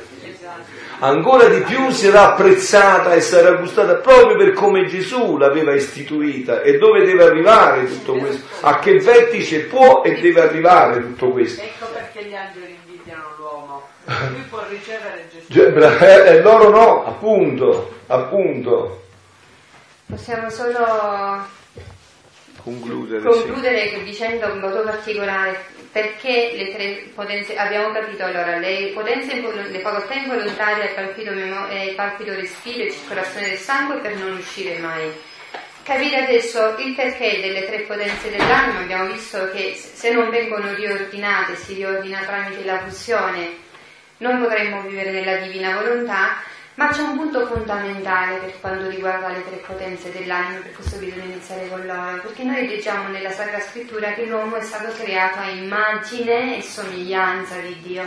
ancora di più sarà apprezzata e sarà gustata proprio per come Gesù l'aveva istituita. E dove deve arrivare tutto questo? A che vertice può e deve arrivare tutto questo? Ecco perché gli angeli invidiano l'uomo, lui può ricevere Gesù. E eh, loro no, appunto, appunto. Possiamo solo concludere, concludere sì. dicendo in modo particolare perché le tre potenze, abbiamo capito allora, le potenze, le facoltà involontarie, il palpito, memo, il palpito respiro e circolazione del sangue per non uscire mai. Capire adesso il perché delle tre potenze dell'anima. Abbiamo visto che se non vengono riordinate, si riordina tramite la fusione, non potremmo vivere nella Divina Volontà. Ma c'è un punto fondamentale per quanto riguarda le tre potenze dell'anima, per questo bisogna iniziare con loro, perché noi leggiamo nella Sacra Scrittura che l'uomo è stato creato a immagine e somiglianza di Dio.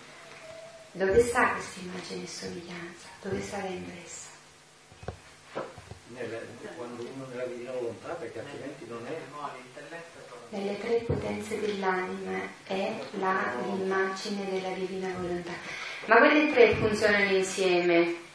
Dove sta questa immagine e somiglianza? Dove sta dentro essa? Quando uno nella Divina Volontà, perché altrimenti non è. Nelle tre potenze dell'anima è la, l'immagine della Divina Volontà. Ma quelle tre funzionano insieme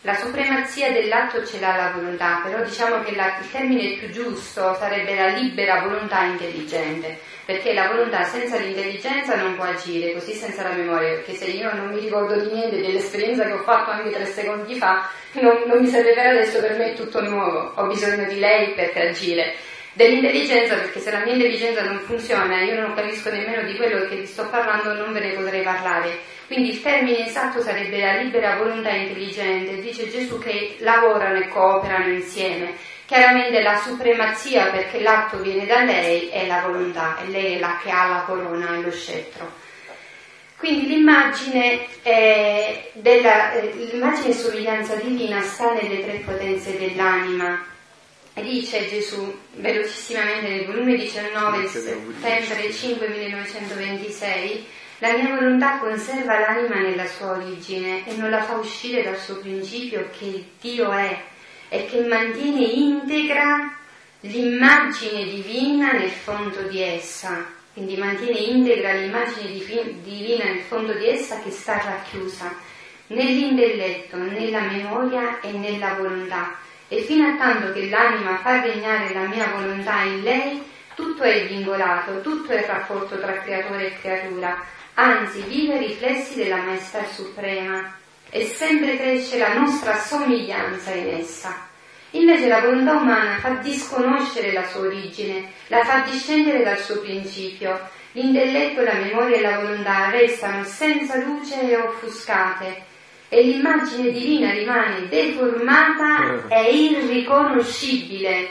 La supremazia dell'atto ce l'ha la volontà, però diciamo che la, il termine più giusto sarebbe la libera volontà intelligente, perché la volontà senza l'intelligenza non può agire, così senza la memoria, perché se io non mi ricordo di niente dell'esperienza che ho fatto anche tre secondi fa, non, non mi serve per adesso, per me è tutto nuovo, ho bisogno di lei per agire. Dell'intelligenza, perché se la mia intelligenza non funziona, io non capisco nemmeno di quello che vi sto parlando, non ve ne potrei parlare. Quindi il termine esatto sarebbe la libera volontà intelligente. Dice Gesù che lavorano e cooperano insieme. Chiaramente la supremazia, perché l'atto viene da lei, è la volontà, è lei la che ha la corona e lo scettro. Quindi l'immagine, eh, della, eh, l'immagine e somiglianza divina sta nelle tre potenze dell'anima. Dice Gesù velocissimamente nel volume diciannove, settembre cinque millenovecentoventisei, la mia volontà conserva l'anima nella sua origine e non la fa uscire dal suo principio che Dio è e che mantiene integra l'immagine divina nel fondo di essa, quindi mantiene integra l'immagine divina nel fondo di essa che sta racchiusa nell'intelletto, nella memoria e nella volontà. E fino a tanto che l'anima fa regnare la mia volontà in lei, tutto è vincolato, tutto è il rapporto tra creatore e creatura, anzi vive i riflessi della maestà suprema e sempre cresce la nostra somiglianza in essa. Invece la volontà umana fa disconoscere la sua origine, la fa discendere dal suo principio. L'intelletto, la memoria e la volontà restano senza luce e offuscate, e l'immagine divina rimane deformata e irriconoscibile.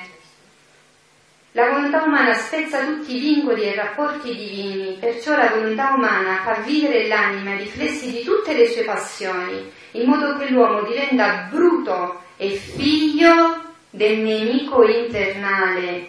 La volontà umana spezza tutti i vincoli e i rapporti divini, perciò la volontà umana fa vivere l'anima i riflessi di tutte le sue passioni, in modo che l'uomo diventa bruto e figlio del nemico internale,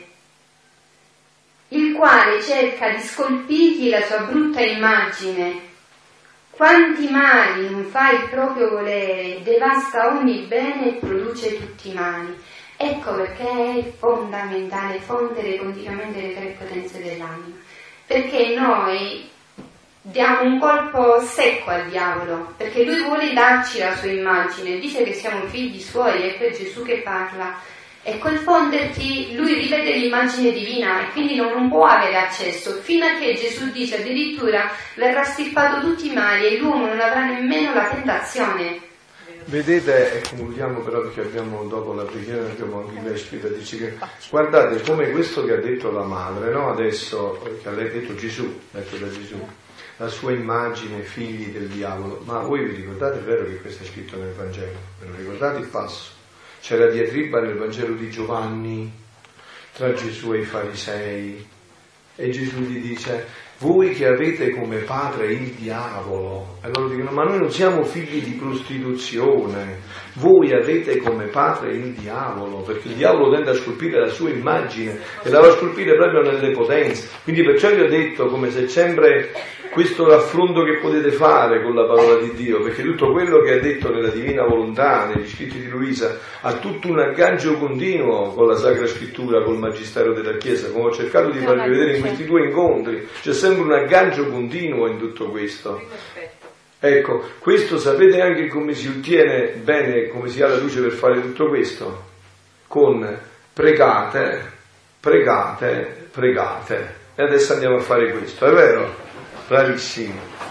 il quale cerca di scolpirgli la sua brutta immagine. Quanti mali non fa il proprio volere, devasta ogni bene e produce tutti i mali. Ecco perché è fondamentale fondere continuamente le tre potenze dell'anima, perché noi diamo un colpo secco al diavolo, perché lui vuole darci la sua immagine, dice che siamo figli suoi, ecco è Gesù che parla, e col fonderti lui ripete l'immagine divina e quindi non, non può avere accesso, fino a che Gesù dice addirittura verrà stirpato tutti i mali e l'uomo non avrà nemmeno la tentazione. Vedete, e concludiamo però perché abbiamo dopo la preghiera abbiamo anche lei scritto a dirci che guardate come questo che ha detto la madre, no? Adesso che ha detto Gesù, detto da Gesù, la sua immagine, figli del diavolo, ma voi vi ricordate, è vero che questo è scritto nel Vangelo, ve lo ricordate il passo? C'è la diatriba nel Vangelo di Giovanni tra Gesù e i farisei e Gesù gli dice voi che avete come padre il diavolo, e loro dicono ma noi non siamo figli di prostituzione, voi avete come padre il diavolo, perché il diavolo tende a scolpire la sua immagine e la va a scolpire proprio nelle potenze. Quindi perciò vi ho detto come se sempre questo raffronto che potete fare con la parola di Dio, perché tutto quello che ha detto nella Divina Volontà, negli scritti di Luisa, ha tutto un aggancio continuo con la Sacra Scrittura, col Magistero della Chiesa, come ho cercato di farvi vedere in questi due incontri. C'è sempre un aggancio continuo in tutto questo. Ecco, questo sapete anche come si ottiene bene, come si ha la luce per fare tutto questo? Con pregate, pregate, pregate. E adesso andiamo a fare questo, è vero? Bravissimi.